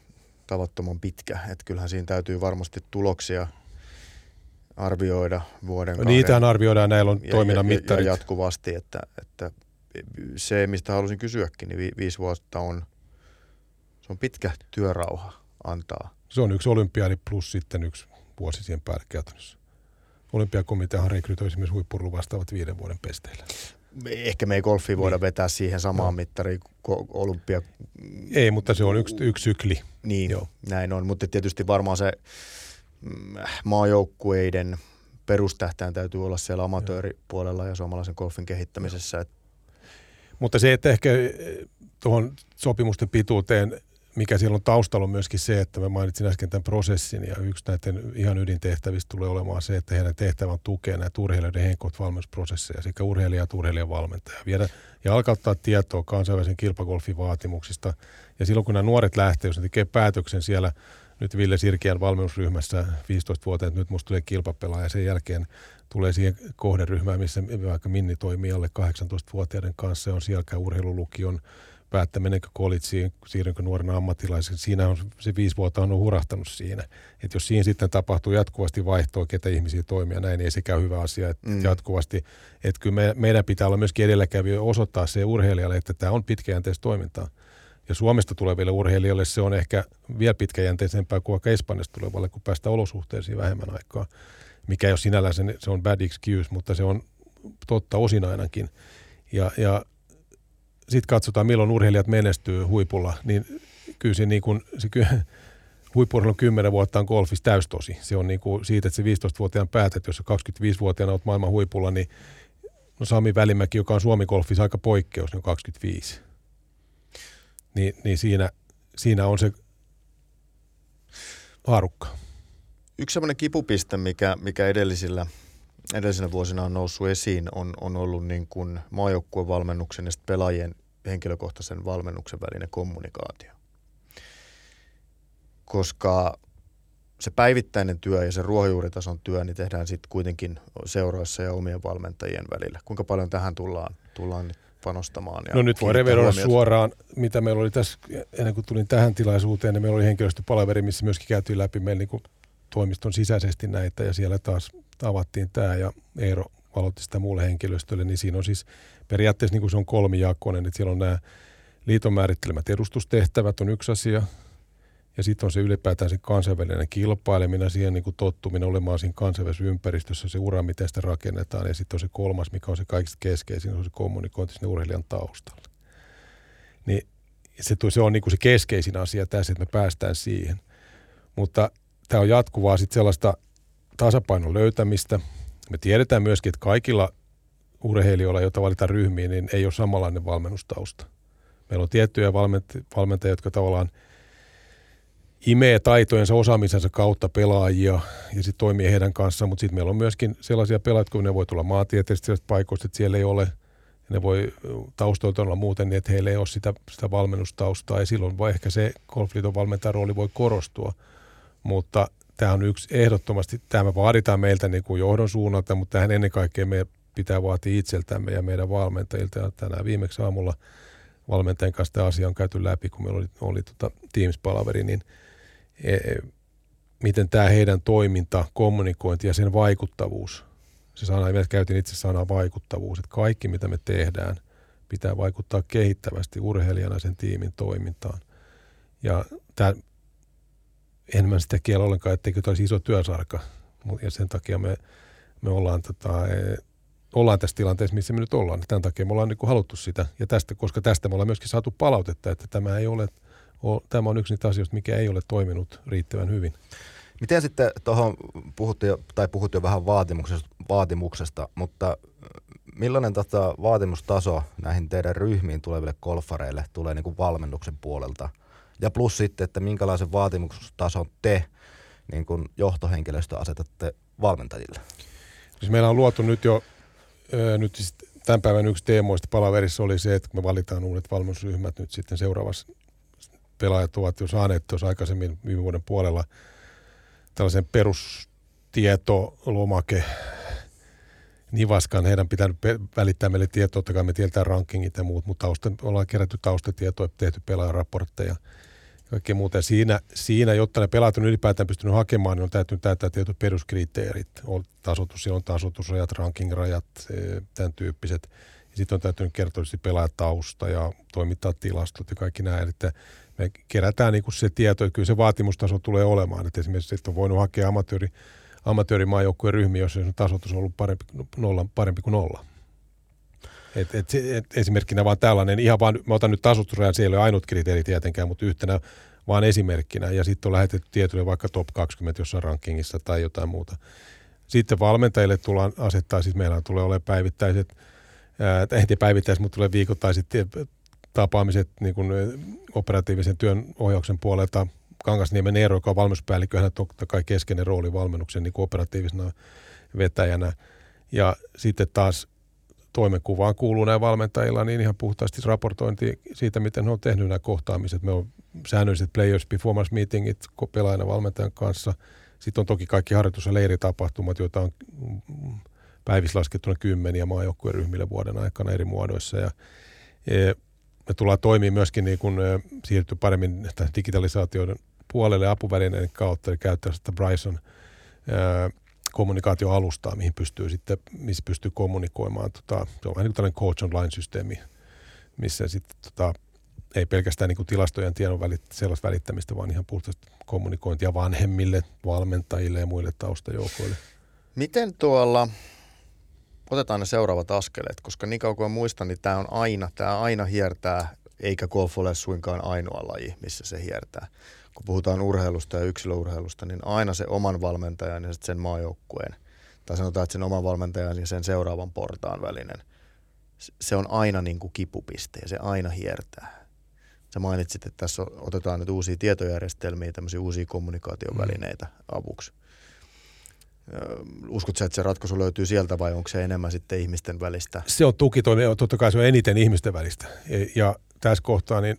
tavattoman pitkä. Että kyllähän siinä täytyy varmasti tuloksia arvioida vuoden kahden. Niitähän arvioidaan, näillä on toiminnan mittarit. Ja jatkuvasti, että se, mistä halusin kysyäkin, niin 5 vuotta se on pitkä työrauha antaa. Se on yksi olympiadi plus sitten 1 vuosi siihen päälle käytännössä. Olympiakomiteahan rekrytoi esimerkiksi huippu-urheilun vastaavat 5 vuoden pesteillä. Ehkä me ei golfia voida vetää siihen samaan mittariin kuin olympia. Ei, mutta se on yksi sykli. Niin, joo. Näin on. Mutta tietysti varmaan se maajoukkueiden perustähtäin täytyy olla siellä amatööripuolella ja suomalaisen golfin kehittämisessä. Mutta se, että ehkä tuohon sopimusten pituuteen, mikä siellä on taustalla, on myöskin se, että mä mainitsin äsken tämän prosessin, ja yksi näiden ihan ydintehtävistä tulee olemaan se, että heidän tehtävän on tukea näitä urheilijoiden henkot valmennusprosesseja sekä urheilija- että urheilijan valmentaja. Viedä ja alkaa ottaa tietoa kansainvälisen kilpagolfin vaatimuksista. Ja silloin kun nämä nuoret lähtee, jos ne tekee päätöksen siellä nyt Ville Sirkiän valmennusryhmässä 15-vuotiaat, nyt musta tulee kilpapelaaja, ja sen jälkeen tulee siihen kohderyhmään, missä vaikka Minni toimii alle 18-vuotiaiden kanssa, on sielläkään urheilulukion, päättää menenkö collegeen, siirrynkö nuorena ammattilaisen. Siinä on se 5 vuotta on hurahtanut siinä. Että jos siinä sitten tapahtuu jatkuvasti vaihtoa, ketä ihmisiä toimia näin, niin ei sekään hyvä asia. Että jatkuvasti, että kyllä meidän pitää olla myöskin edelläkävijä osoittaa se urheilijalle, että tämä on pitkäjänteistä toimintaa. Ja Suomesta tuleville urheilijoille se on ehkä vielä pitkäjänteisempää kuin vaikka Espanjasta tulevalle, kun päästään olosuhteisiin vähemmän aikaa. Mikä ei ole sinällään se on bad excuse, mutta se on totta osin ainakin. Ja sitten katsotaan, milloin urheilijat menestyy huipulla, niin kyllä se, niin kuin, huippu-urheilun 10 vuotta on golfissa täystosi. Se on niin kuin siitä, että se 15-vuotiaan päätät, jos 25-vuotiaana olet maailman huipulla, niin no Sami Välimäki, joka on Suomi-golfissa aika poikkeus, niin on 25. Niin siinä on se haarukka. Yksi sellainen kipupiste, mikä edellisinä vuosina on noussut esiin, on ollut niin kuin maajoukkueen valmennuksen ja pelaajien henkilökohtaisen valmennuksen välinen kommunikaatio. Koska se päivittäinen työ ja se ruohonjuuritason työ niin tehdään sitten kuitenkin seuroissa ja omien valmentajien välillä. Kuinka paljon tähän tullaan nyt panostamaan? Ja no nyt voi reveroida suoraan, mitä meillä oli tässä, ennen kuin tulin tähän tilaisuuteen, niin meillä oli henkilöstöpalaveri, missä myöskin käytiin läpi meillä niin kuin toimiston sisäisesti näitä, ja siellä taas avattiin tämä, ja Eero valotti sitä muulle henkilöstölle, niin siinä on siis periaatteessa niin kuin se on kolmijakoinen, että siellä on nämä liiton määrittelemät edustustehtävät on yksi asia, ja sitten on se ylipäätään se kansainvälinen kilpaileminen, siihen niin kuin tottuminen olemaan siinä kansainvälisessä ympäristössä, se ura, miten sitä rakennetaan, ja sitten on se kolmas, mikä on se kaikista keskeisin, on se kommunikointi sinne urheilijan taustalla. Niin se on niin kuin se keskeisin asia tässä, että me päästään siihen, mutta tämä on jatkuvaa sitten sellaista tasapainon löytämistä. Me tiedetään myöskin, että kaikilla urheilijoilla, joita valitaan ryhmiin, niin ei ole samanlainen valmennustausta. Meillä on tiettyjä valmentajia, jotka tavallaan imee taitojensa osaamisensa kautta pelaajia ja sitten toimii heidän kanssaan, mutta sitten meillä on myöskin sellaisia pelaajia, kun ne voi tulla maantieteellisistä paikoista, että siellä ei ole, ne voi taustoilta olla muuten niin, että heillä ei ole sitä valmennustaustaa, ja silloin voi ehkä se Golfliiton valmentajan rooli voi korostua. Mutta tämä on yksi ehdottomasti, tämä me vaaditaan meiltä niin kuin johdon suunnalta, mutta tähän ennen kaikkea meidän pitää vaatia itseltämme ja meidän valmentajilta. Ja tänään viimeksi aamulla valmentajan kanssa tämä asia on käyty läpi, kun meillä oli Teams-palaveri, niin miten tämä heidän toiminta, kommunikointi ja sen vaikuttavuus, se sana, me käytin itse sanaa vaikuttavuus, että kaikki mitä me tehdään pitää vaikuttaa kehittävästi urheilijana sen tiimin toimintaan. Ja tämä en mä sitä kiellä ollenkaan, etteikö tämä olisi iso työsarka, ja sen takia me ollaan tässä tilanteessa, missä me nyt ollaan. Tämän takia me ollaan niin kuin haluttu sitä, ja koska tästä me ollaan myöskin saatu palautetta, että tämä on yksi niitä asioista, mikä ei ole toiminut riittävän hyvin. Miten sitten tuohon puhut jo vähän vaatimuksesta, mutta millainen vaatimustaso näihin teidän ryhmiin tuleville golfareille tulee niin kuin valmennuksen puolelta? Ja plus sitten, että minkälaisen vaatimustason te niin kuin johtohenkilöstö asetatte valmentajille? Siis meillä on luotu nyt jo, tämän päivän yksi teemoista palaverissa oli se, että me valitaan uudet valmennusryhmät nyt sitten seuraavassa. Pelaajat ovat jo saaneet tuossa aikaisemmin viime vuoden puolella tällaisen perustietolomake nivaskan. Heidän pitää välittää meille tietoa, totta kai me tiedetään rankingit ja muut, mutta ollaan kerätty taustatietoa, tehty pelaajaraportteja. kaikkea muuta. Ja siinä, jotta ne pelaat on ylipäätään pystynyt hakemaan, niin on täytynyt täyttää tietyt peruskriteerit. Siellä on tasoitusrajat, ranking-rajat, tämän tyyppiset. Ja sitten on täytynyt kertoa pelaajatausta ja toimittaa tilastot ja kaikki nämä. Että me kerätään niin kuin se tieto, että kyllä se vaatimustaso tulee olemaan. Että esimerkiksi että on voinut hakea amatöörimaajoukkueen ryhmiä, jos on tasoitus on ollut parempi kuin 0. Esimerkkinä vaan tällainen, ihan vaan, mä otan nyt tasoitusrajan, siellä ei ole ainut kriteeri tietenkään, mutta yhtenä vaan esimerkkinä. Ja sitten on lähetetty tietoja vaikka top 20 jossain rankingissa tai jotain muuta. Sitten valmentajille tullaan asettaa, siis meillä tulee olemaan päivittäiset, mutta tulee viikoittaiset tapaamiset niin kuin operatiivisen työn ohjauksen puolelta. Kangasniemen Eero, joka on valmennuspäällikkö, hän on totta kai keskeinen rooli valmennuksen niin kuin operatiivisena vetäjänä. Ja sitten taas toimenkuvaan kuuluu näin valmentajilla niin ihan puhtaasti raportointi siitä, miten he on tehnyt nämä kohtaamiset. Me on säännölliset players performance meetingit pelaajana valmentajan kanssa. Sitten on toki kaikki harjoitus- ja leiritapahtumat, joita on päivislaskettuna 10 maajoukkueen ryhmille vuoden aikana eri muodoissa. Ja me tullaan toimimaan myöskin niin kuin siirtyy paremmin digitalisaatioiden puolelle apuvälineiden kautta, eli käyttää sitä Bryson kommunikaatioalustaa, missä pystyy kommunikoimaan. Se on vähän niin kuin tällainen coach online-systeemi, missä sitten ei pelkästään niin kuin tilastojen tiedon sellaista välittämistä, vaan ihan puhtaasti kommunikointia vanhemmille, valmentajille ja muille taustajoukoille. Miten otetaan ne seuraavat askeleet, koska niin kauan kuin muistan, niin tämä aina hiertää, eikä golf ole suinkaan ainoa laji, missä se hiertää. Kun puhutaan urheilusta ja yksilöurheilusta, niin aina se oman valmentajan ja sen maajoukkueen, tai sanotaan, että sen oman valmentajan ja sen seuraavan portaan välinen, se on aina niin kuin kipupiste ja se aina hiertää. Sä mainitsit, että tässä otetaan nyt uusia tietojärjestelmiä, tämmöisiä uusia kommunikaatiovälineitä avuksi. Uskotko sä, että se ratkaisu löytyy sieltä vai onko se enemmän sitten ihmisten välistä? Se on tukitoimia, totta kai se on eniten ihmisten välistä. Ja tässä kohtaa niin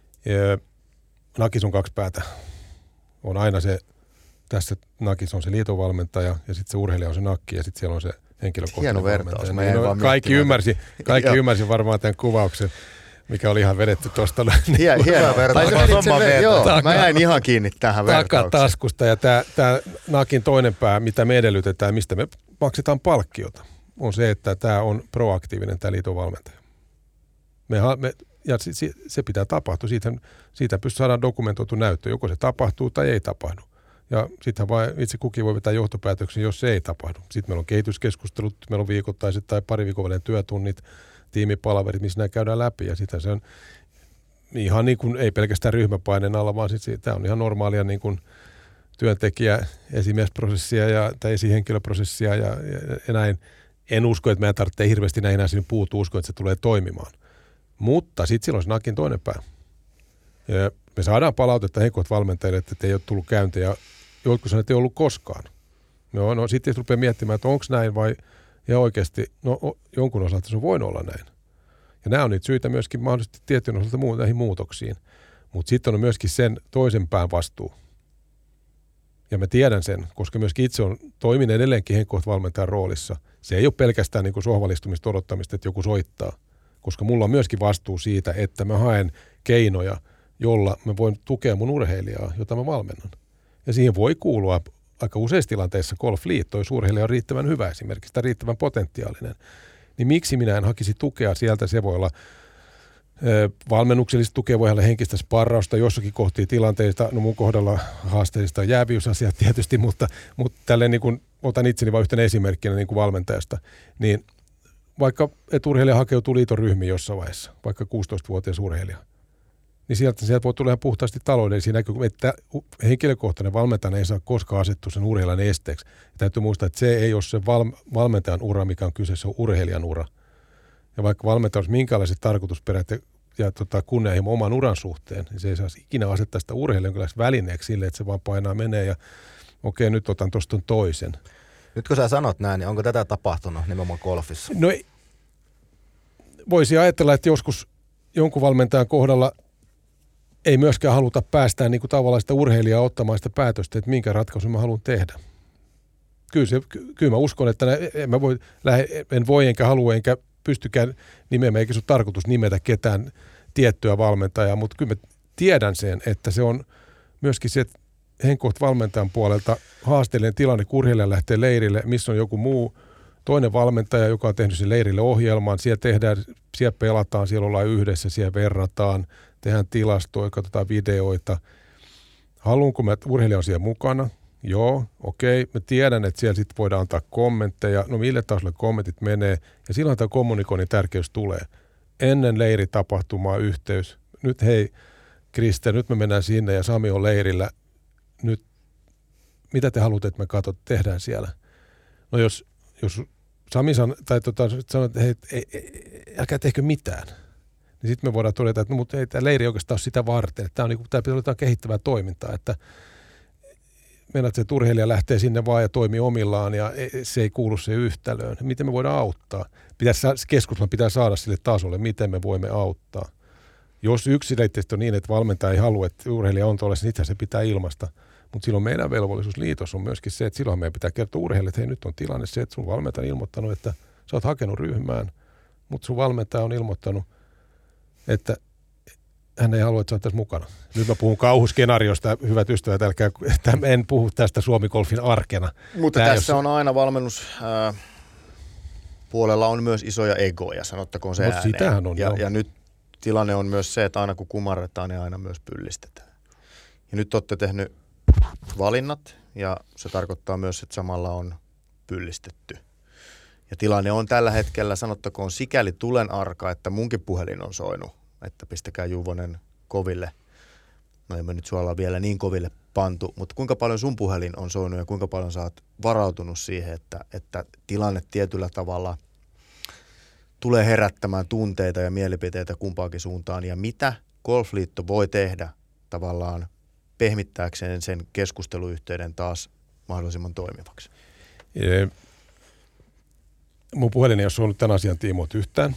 nakis on 2 päätä. On aina se, tässä nakis on se liitonvalmentaja ja sitten se urheilija on se nakki ja sitten siellä on se henkilökohtainen valmentaja. Hieno vertaus. Kaikki ymmärsi varmaan tämän kuvauksen, mikä oli ihan vedetty tuosta. Hieno vertaus. Mä jäin ihan kiinni tähän vertaukseen. Takataskusta ja tämä nakin toinen pää, mitä me edellytetään, mistä me maksetaan palkkiota, on se, että tämä on proaktiivinen tämä liitonvalmentaja. Ja se pitää tapahtua. Siitä pystyy saadaan dokumentoitu näyttö, joko se tapahtuu tai ei tapahdu. Ja sitten vain itse kukin voi vetää johtopäätöksiä, jos se ei tapahdu. Sitten meillä on kehityskeskustelut, meillä on viikoittaiset tai pari viikon välinen työtunnit, tiimipalaverit, missä nämä käydään läpi. Ja sitä se on ihan niin kuin, ei pelkästään ryhmäpaineen alla, vaan tämä on ihan normaalia niin kuin työntekijä, esimiesprosessia tai esihenkilöprosessia ja näin. En usko, että meidän tarvitsee hirveästi näihin asioihin puuttua, uskon, että se tulee toimimaan. Mutta sitten silloin se nakin toinen pää. Ja me saadaan palautetta heikot valmentajille, että ei ole tullut käyntejä. Jotkut sanoo, että ei ollut koskaan. No sitten rupeaa miettimään, että onko näin vai ja oikeasti, jonkun osalta se on voinut olla näin. Ja nämä on niitä syitä myöskin mahdollisesti tietyn osalta näihin muutoksiin. Mutta sitten on myöskin sen toisen pään vastuu. Ja mä tiedän sen, koska myöskin itse toimin edelleenkin henkkoht valmentajan roolissa. Se ei ole pelkästään niin kuin sohvalistumista odottamista, että joku soittaa. Koska mulla on myöskin vastuu siitä, että mä haen keinoja, jolla mä voin tukea mun urheilijaa, jota mä valmennan. Ja siihen voi kuulua aika useissa tilanteissa golfliitto, jos urheilija on riittävän hyvä esimerkiksi tai riittävän potentiaalinen. Niin miksi minä en hakisi tukea sieltä? Se voi olla valmennuksellista tukea, voi olla henkistä sparrausta jossakin kohtia tilanteista. No mun kohdalla haasteellista jääviysasiat tietysti, mutta tälleen niin kuin otan itseni vain yhtenä esimerkkinä niin kuin valmentajasta, niin vaikka et urheilija hakeutuu liiton ryhmiin jossain vaiheessa, vaikka 16-vuotias urheilija, niin sieltä voi tulla ihan puhtaasti taloudellisia näkymiä, että henkilökohtainen valmentaja ei saa koskaan asettua sen urheilijan esteeksi. Ja täytyy muistaa, että se ei ole se valmentajan ura, mikä on kyseessä, se on urheilijan ura. Ja vaikka valmentaja olisi minkälaiset tarkoitusperät ja kunnianhimo oman uran suhteen, niin se ei saisi ikinä asettaa sitä urheilijan välineeksi sille, että se vaan painaa menee ja okei, nyt otan tuosta toisen. Nyt kun sä sanot näin, niin onko tätä tapahtunut nimenomaan golfissa? No voisi ajatella, että joskus jonkun valmentajan kohdalla ei myöskään haluta päästää niin kuin tavallaan sitä urheilijaa ottamaan sitä päätöstä, että minkä ratkaisun mä haluan tehdä. Kyllä mä uskon, että en voi enkä halua enkä pystykään nimeämään, eikä se ole tarkoitus nimetä ketään tiettyä valmentajaa, mutta kyllä me tiedän sen, että se on myöskin se henkkoht valmentajan puolelta haasteellinen tilanne, kun urheilija lähtee leirille, missä on joku muu toinen valmentaja, joka on tehnyt sen leirille ohjelman. Siellä pelataan, siellä ollaan yhdessä, siellä verrataan, tehdään tilastoja, katsotaan videoita. Haluanko mä, että urheilija on siellä mukana? Joo, okei. Mä tiedän, että siellä sitten voidaan antaa kommentteja. No mille tasolle kommentit menee? Ja silloin tämä kommunikoinnin tärkeys tulee. Ennen leiritapahtumaa yhteys. Nyt hei, Kriste, nyt me mennään sinne ja Sami on leirillä. Nyt, mitä te haluatte, että me tehdään siellä? No jos Sami sanoo, että hei, älkää tehkö mitään, niin sitten me voidaan todeta, että no, mutta ei tämä leiri oikeastaan ole sitä varten. Tämä pitää olla kehittävää toimintaa, että meinaat, että urheilija lähtee sinne vaan ja toimii omillaan ja se ei kuulu se yhtälöön. Miten me voidaan auttaa? Keskustelun pitää saada sille tasolle, miten me voimme auttaa. Jos yksilöllisesti on niin, että valmentaja ei halua, että urheilija on tuolla, niin itse se pitää ilmaista. Mutta silloin meidän velvollisuus liitossa on myöskin se, että silloin meidän pitää kertoa urheilijalle, että hei, nyt on tilanne se, että sun valmentaja on ilmoittanut, että sä oot hakenut ryhmään, mutta sun valmentaja on ilmoittanut, että hän ei halua, että sä oot tässä mukana. Nyt mä puhun kauhuskenaariosta, hyvät ystävät, en puhu tästä Suomi-golfin arkena. Mutta tässä on aina valmennus puolella on myös isoja egoja, sanottakoon se ääneen. Sitähän on, ja nyt tilanne on myös se, että aina kun kumarretaan, niin aina myös pyllistetään. Ja nyt olette tehnyt valinnat, ja se tarkoittaa myös, että samalla on pyllistetty. Ja tilanne on tällä hetkellä, sanottakoon sikäli tulen arka, että munkin puhelin on soinut, että pistäkää Juvonen koville. No emme nyt suolla vielä niin koville pantu, mutta kuinka paljon sun puhelin on soinut ja kuinka paljon sä oot varautunut siihen, että tilanne tietyllä tavalla tulee herättämään tunteita ja mielipiteitä kumpaakin suuntaan, ja mitä Golfliitto voi tehdä tavallaan pehmittääkseen sen keskusteluyhteyden taas mahdollisimman toimivaksi? Mun puhelin ei ole soinut tämän asian tiimoilta yhtään.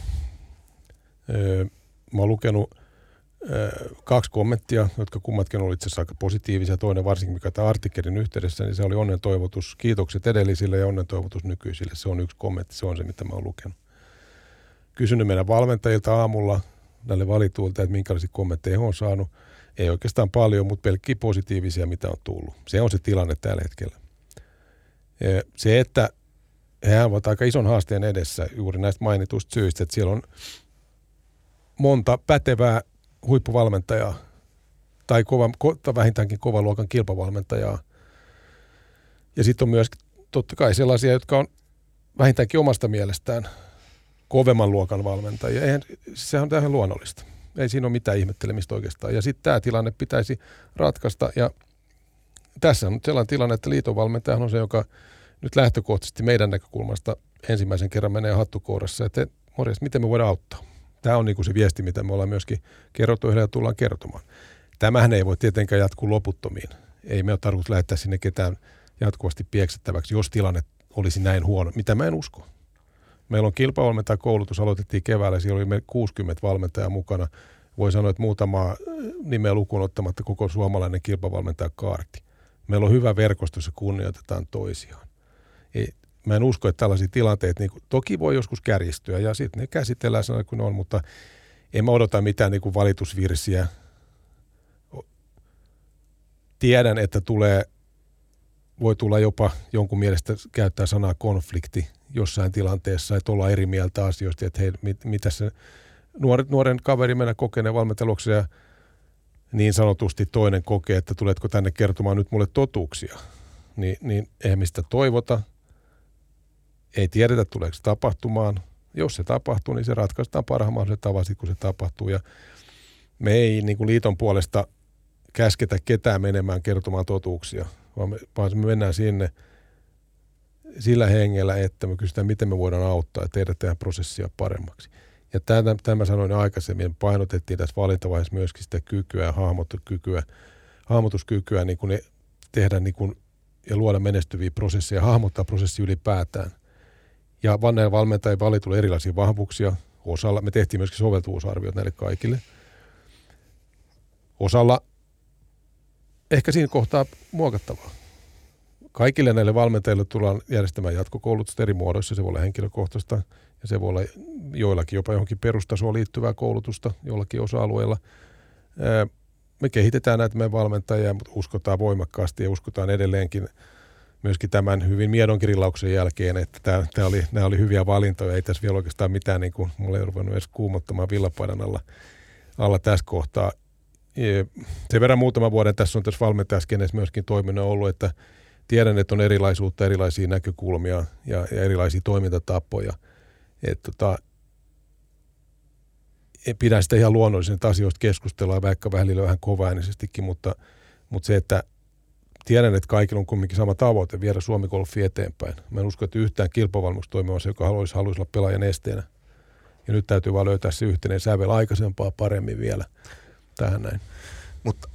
Mä oon lukenut 2 kommenttia, jotka kummatkin oli itse asiassa aika positiivisia. Toinen varsinkin, mikä tämän artikkelin yhteydessä, niin se oli onnen toivotus, kiitokset edellisille ja onnen toivotus nykyisille. Se on yksi kommentti, se on se, mitä mä oon lukenut. Kysynyt meidän valmentajilta aamulla näille valituilta, että minkälaisia kommentteja he on saanut. Ei oikeastaan paljon, mutta pelkkiä positiivisia, mitä on tullut. Se on se tilanne tällä hetkellä. Se, että he ovat aika ison haasteen edessä juuri näistä mainituista syistä, että siellä on monta pätevää huippuvalmentajaa tai vähintäänkin kovan luokan kilpavalmentajaa. Ja sitten on myös totta kai sellaisia, jotka on vähintäänkin omasta mielestään kovemman luokan valmentajia. Sehän on tähän luonnollista. Ei siinä ole mitään ihmettelemistä oikeastaan. Ja sitten tämä tilanne pitäisi ratkaista. Ja tässä on nyt sellainen tilanne, että liitonvalmentajahan on se, joka nyt lähtökohtaisesti meidän näkökulmasta ensimmäisen kerran menee hattukourassa, että morjens, miten me voidaan auttaa. Tämä on niin kuin se viesti, mitä me ollaan myöskin kerrottu ja tullaan kertomaan. Tämähän ei voi tietenkään jatkuu loputtomiin. Ei me ole tarkoitus lähettää sinne ketään jatkuvasti pieksettäväksi, jos tilanne olisi näin huono, mitä mä en usko. Meillä on kilpavalmentajakoulutus, aloitettiin keväällä, siellä oli 60 valmentajaa mukana. Voi sanoa, että muutama nimeä lukuun ottamatta koko suomalainen kilpavalmentajakaarti. Meillä on hyvä verkosto, jossa kunnioitetaan toisiaan. Mä en usko, että tällaisia tilanteita, niin toki voi joskus kärjistyä ja sitten ne käsitellään sanoa, kun ne on, mutta en mä odota mitään niin kuin valitusvirsiä. Tiedän, että voi tulla jopa jonkun mielestä käyttää sanaa konflikti jossain tilanteessa, että ollaan eri mieltä asioista, että hei, mitä se nuoren kaveri mennä kokeneen valmenteluksi ja niin sanotusti toinen kokee, että tuletko tänne kertomaan nyt mulle totuuksia, niin eihän mistä toivota. Ei tiedetä, tuleeko se tapahtumaan. Jos se tapahtuu, niin se ratkaistaan parhaan mahdollisen tavan, kun se tapahtuu. Ja me ei niin kuin liiton puolesta käsketä ketään menemään kertomaan totuuksia, vaan me mennään sinne sillä hengellä, että me kysytään, miten me voidaan auttaa ja tehdä tähän prosessia paremmaksi. Ja tämä sanoin aikaisemmin, painotettiin tässä valintavaiheessa myöskin sitä kykyä ja hahmotuskykyä niin kuin tehdä niin kuin, ja luoda menestyviä prosesseja, hahmottaa prosessi ylipäätään. Ja näillä valmentajien valituilla erilaisia vahvuuksia. Osalla, me tehtiin myöskin soveltuvuusarviot näille kaikille. Osalla ehkä siinä kohtaa muokattavaa. Kaikille näille valmentajille tullaan järjestämään jatkokoulutusta eri muodoissa. Se voi olla henkilökohtaista ja se voi olla joillakin jopa johonkin perustasoon liittyvää koulutusta jollakin osa-alueilla. me kehitetään näitä meidän valmentajia, mutta uskotaan voimakkaasti ja uskotaan edelleenkin myöskin tämän hyvin miedon grillauksen jälkeen, että nämä oli hyviä valintoja. Ei tässä vielä oikeastaan mitään, niin kuin mulla ei ruvennut edes kuumottamaan villapaidan alla tässä kohtaa. Sen verran muutaman vuoden tässä on tässä valmentajaskenessä myöskin toiminut ollut, että tiedän, että on erilaisuutta, erilaisia näkökulmia ja erilaisia toimintatapoja. Pidän sitä ihan luonnollisen, että asioista keskustellaan vaikka välillä vähän kovaäänisestikin, mutta se, että tiedän, että kaikilla on kumminkin sama tavoite viedä Suomi-golfi eteenpäin. Mä en usko, että yhtään kilpavalmennusta toimivassa, joka haluaisi olla pelaajan esteenä. Ja nyt täytyy vaan löytää se yhteinen sävel aikaisempaa paremmin vielä tähän näin. Mutta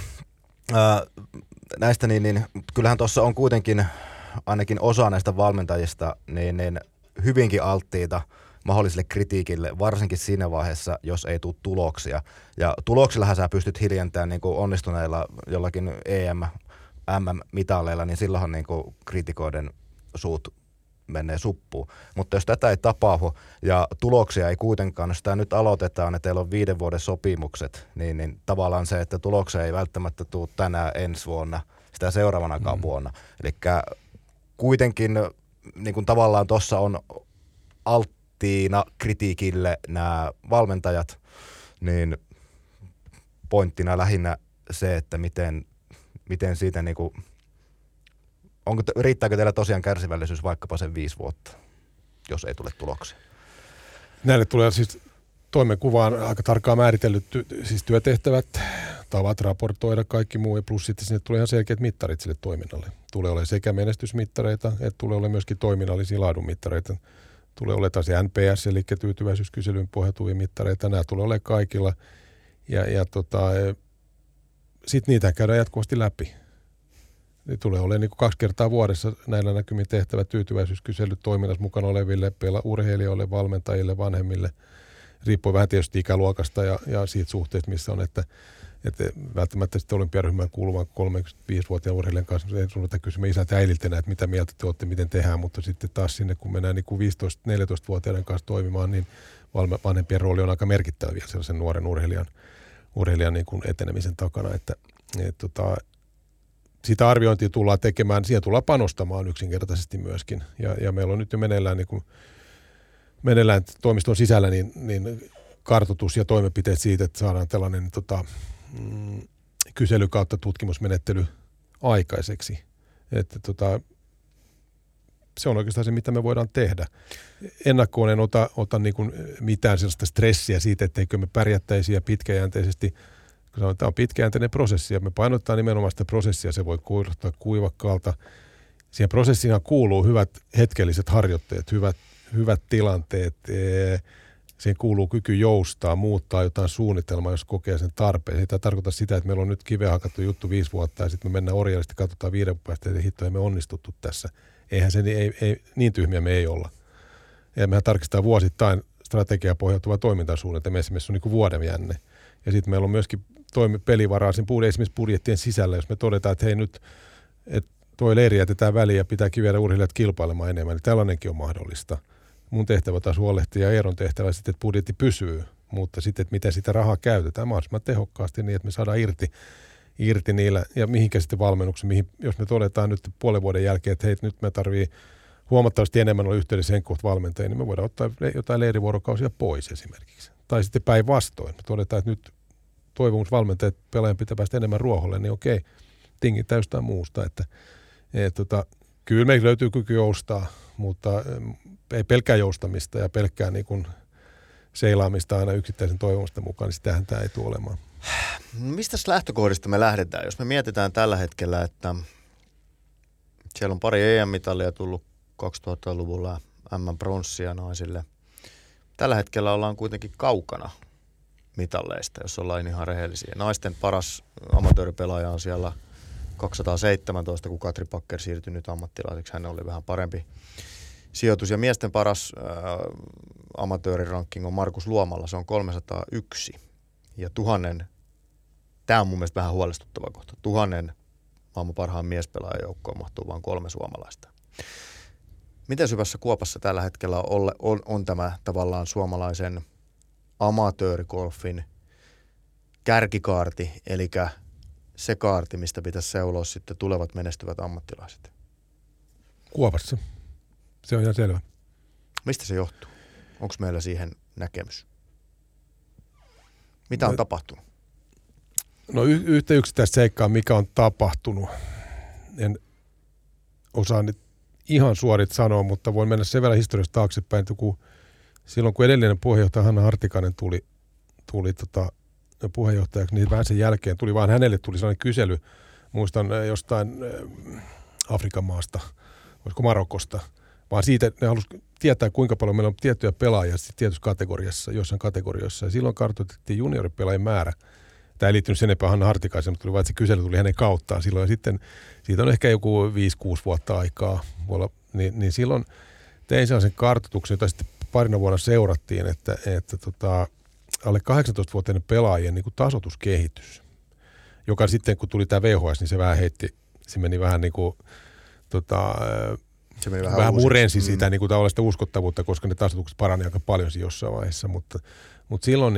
näistä niin kyllähän tuossa on kuitenkin ainakin osa näistä valmentajista niin hyvinkin alttiita mahdolliselle kritiikille, varsinkin siinä vaiheessa, jos ei tule tuloksia. Ja tuloksillahan sä pystyt hiljentämään niin kuin onnistuneilla jollakin MM-mitaleilla, niin silloinhan niin kuin kritikoiden suut menee suppuun. Mutta jos tätä ei tapahdu ja tuloksia ei kuitenkaan, jos tämä nyt aloitetaan ja teillä on 5 vuoden sopimukset, niin tavallaan se, että tuloksia ei välttämättä tule tänään ensi vuonna, sitä seuraavanakaan vuonna. Eli kuitenkin niin kuin tavallaan tuossa on alttiina kritiikille nämä valmentajat, niin pointtina lähinnä se, että miten siitä niinku, riittääkö teillä tosiaan kärsivällisyys vaikkapa sen 5 vuotta, jos ei tule tuloksia? Näille tulee siis toimenkuvaan aika tarkkaan määritellyt siis työtehtävät, tavat raportoida, kaikki muu, ja plus sitten sinne tulee ihan selkeät mittarit sille toiminnalle. Tulee olemaan sekä menestysmittareita, että tulee olemaan myöskin toiminnallisia laadunmittareita. Tulee olemaan taas NPS, eli tyytyväisyyskyselyyn pohjautuvia mittareita. Nämä tulee olemaan kaikilla. Sitten niitä käydään jatkuvasti läpi. Ne tulee olemaan niin kuin 2 kertaa vuodessa näillä näkymin tehtävä tyytyväisyyskyselyt toiminnassa mukana oleville, urheilijoille, valmentajille, vanhemmille. Riippuu vähän tietysti ikäluokasta ja siitä suhteesta, missä on, että välttämättä sitten olympiaryhmään kuuluvan 35-vuotiaan urheilijan kanssa ei ruveta kysymään isältä ja äidiltä, että mitä mieltä te olette, miten tehdään, mutta sitten taas sinne, kun mennään niin kuin 15-14-vuotiaiden kanssa toimimaan, niin vanhempien rooli on aika merkittävä vielä sellaisen nuoren urheilijan niin kuin etenemisen takana, että sitä arviointia tullaan tekemään, siihen tullaan panostamaan yksinkertaisesti myöskin, ja meillä on nyt jo meneillään toimiston sisällä niin kartoitus ja toimenpiteet siitä, että saadaan tällainen kysely kautta tutkimusmenettely aikaiseksi. Että se on oikeastaan se, mitä me voidaan tehdä. Ennakkoon en ota niin kuin mitään sellaista stressiä siitä, etteikö me pärjättäisi ja pitkäjänteisesti, kun sanotaan, tämä on pitkäjänteinen prosessi ja me painottaa nimenomaan sitä prosessia, se voi kuulostaa kuivakkaalta. Siihen prosessiin kuuluu hyvät hetkelliset harjoitteet, hyvät tilanteet, siihen kuuluu kyky joustaa, muuttaa jotain suunnitelmaa, jos kokee sen tarpeen. Ei tämä tarkoita sitä, että meillä on nyt kiveen hakattu juttu 5 vuotta ja sitten me mennään orjallisesti, katsotaan 5 vuoden päästä, että hitto, ei me onnistuttu tässä. Eihän se niin tyhmiä me ei olla. Ja mehän tarkistetaan vuosittain strategiaan pohjautuvaa toimintasuunnitelmaa, esimerkiksi on niin kuin vuoden jänne. Ja sitten meillä on myöskin pelivaraa sen esimerkiksi budjettien sisällä, jos me todetaan, että hei nyt, että tuo leiri jätetään väliin ja pitääkin viedä urheilijat kilpailemaan enemmän, niin tällainenkin on mahdollista. Mun tehtävä taas huolehtia ja Eeron tehtävä sitten, että budjetti pysyy, mutta sitten, että miten sitä rahaa käytetään mahdollisimman tehokkaasti niin, että me saadaan irti niillä ja mihinkä sitten valmennuksen, jos me todetaan nyt 5 vuoden jälkeen, että hei, nyt me tarvii huomattavasti enemmän olla yhteydessä valmentajia, niin me voidaan ottaa jotain leirivuorokausia pois esimerkiksi. Tai sitten päinvastoin. Me todetaan, että nyt toivomusvalmentajat pelaajan pitää päästä enemmän ruoholle, niin okei, tingitään jostain muusta. Kyllä meillä löytyy kyky joustaa, mutta ei pelkkää joustamista ja pelkkää niin kuin seilaamista aina yksittäisen toivomusten mukaan, niin sitähän tämä ei tule olemaan. Mistä lähtökohdista me lähdetään? Jos me mietitään tällä hetkellä, että siellä on pari EM-mitalia tullut 2000-luvulla, M-pronssia naisille. Tällä hetkellä ollaan kuitenkin kaukana mitalleista, jos ollaan ihan rehellisiä. Naisten paras amatööripelaaja on siellä 217, kun Katri Pakker siirtyi nyt ammattilaiseksi. Hän oli vähän parempi sijoitus. Ja miesten paras amatööriranking on Markus Luomalla, se on 301. Ja 1000, tämä on mun mielestä vähän huolestuttava kohta, 1000 maailman parhaan miespelaajan joukkoon mahtuu vain 3 suomalaista. Miten syvässä kuopassa tällä hetkellä on tämä tavallaan suomalaisen amatöörigolfin kärkikaarti, eli se kaarti, mistä pitäisi seuloa sitten tulevat menestyvät ammattilaiset? Kuopassa. Se on ihan selvä. Mistä se johtuu? Onko meillä siihen näkemys? Mitä on tapahtunut? No yhtä yksittäistä seikkaa, mikä on tapahtunut. En osaa nyt ihan suorit sanoa, mutta voin mennä sen verran historiasta taaksepäin, että silloin kun edellinen puheenjohtaja Hanna Hartikainen tuli puheenjohtajaksi, niin vähän sen jälkeen hänelle tuli sellainen kysely, muistan jostain Afrikan maasta, olisiko Marokosta, vaan siitä ne halusivat tietää, kuinka paljon meillä on tiettyjä pelaajia tietyssä kategoriassa, jossain kategorioissa, ja silloin kartoitettiin junioripelaajien määrä. Tämä ei liittynyt sen enempää Hanna Hartikaisen, mutta tuli vaan, että se kysely tuli hänen kauttaan silloin, ja sitten siitä on ehkä joku 5-6 vuotta aikaa, niin silloin tein sellaisen kartoituksen, jota sitten parina vuonna seurattiin, että alle 18-vuotiaiden pelaajien niin kuin tasoituskehitys, joka sitten kun tuli tämä VHS, niin se vähän heitti, se meni vähän niin kuin, se meni vähän murensi sitä, niin kuin tavallaan sitä uskottavuutta, koska ne tasoitukset parani aika paljon siinä jossain vaiheessa, mutta silloin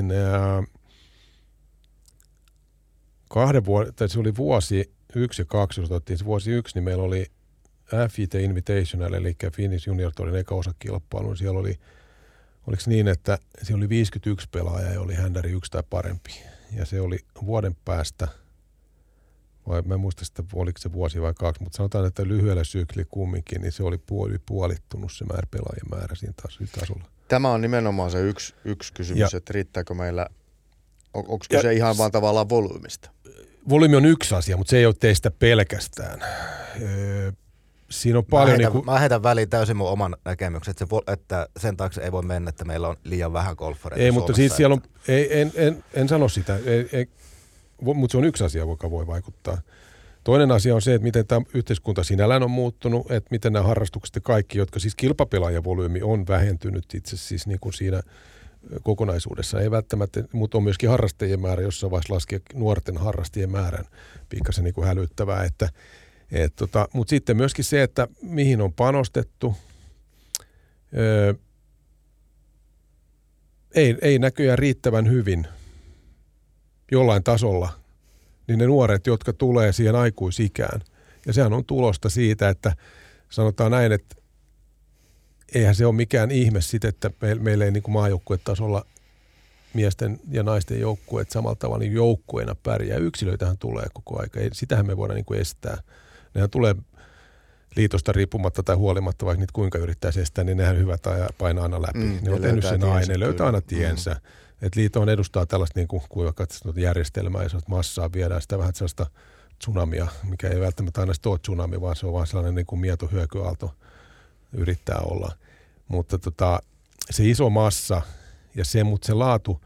se oli vuosi 1 ja 2, jos otettiin se vuosi 1, niin meillä oli FIT Invitational, eli Finnish Junior Tourin eka osakilpailu. Siellä oli, oliko niin, että siellä oli 51 pelaajaa ja oli händäri 1 tai parempi. Ja se oli vuoden päästä, vai mä en muista sitä, oliko se vuosi vai 2, mutta sanotaan, että lyhyellä sykli kumminkin, niin se oli puolittunut se pelaajien määrä siinä tasolla. Tämä on nimenomaan se yksi kysymys, että riittääkö meillä, onko se ihan vaan tavallaan volyymista? Volyymi on yksi asia, mutta se ei ole teistä pelkästään. Siinä on paljon mä heitän väliin täysin mun oman näkemyksen, että sen taakse ei voi mennä, että meillä on liian vähän golfareita ei, Suomessa. mutta siis siellä on, en sano sitä, mutta se on yksi asia, joka voi vaikuttaa. Toinen asia on se, että miten tämä yhteiskunta sinällään on muuttunut, että miten nämä harrastukset ja kaikki, jotka siis kilpapelaajavolyymi on vähentynyt itse siis niin kuin siinä kokonaisuudessa. Ei välttämättä, mutta on myöskin harrastajien määrä, jossain vaiheessa laskee nuorten harrastajien määrän pikkasen niin kuin hälyttävää, mutta sitten myöskin se, että mihin on panostettu, ei näköjään riittävän hyvin jollain tasolla, niin ne nuoret, jotka tulee siihen aikuisikään. Ja sehän on tulosta siitä, että sanotaan näin, että eihän se ole mikään ihme sitten, että meillä ei niin kuin maajoukkuetasolla miesten ja naisten joukkueet samalla tavalla niin joukkueena pärjää. Yksilöitähän tulee koko aika. Sitähän me voidaan niin kuin estää. Nehän tulee liitosta riippumatta tai huolimatta, vaikka niitä kuinka yrittäisi estää, niin nehän hyvät painaa aina läpi. Ne on tehnyt sen aina, ne löytää aina tiensä. Että liitoon edustaa tällaista niin kuin järjestelmää ja massaa viedään sitä vähän sellaista tsunamia, mikä ei välttämättä aina ole tsunami, vaan se on vaan sellainen niin kuin mieto hyökyaalto yrittää olla. Mutta se iso massa ja mutta se laatu,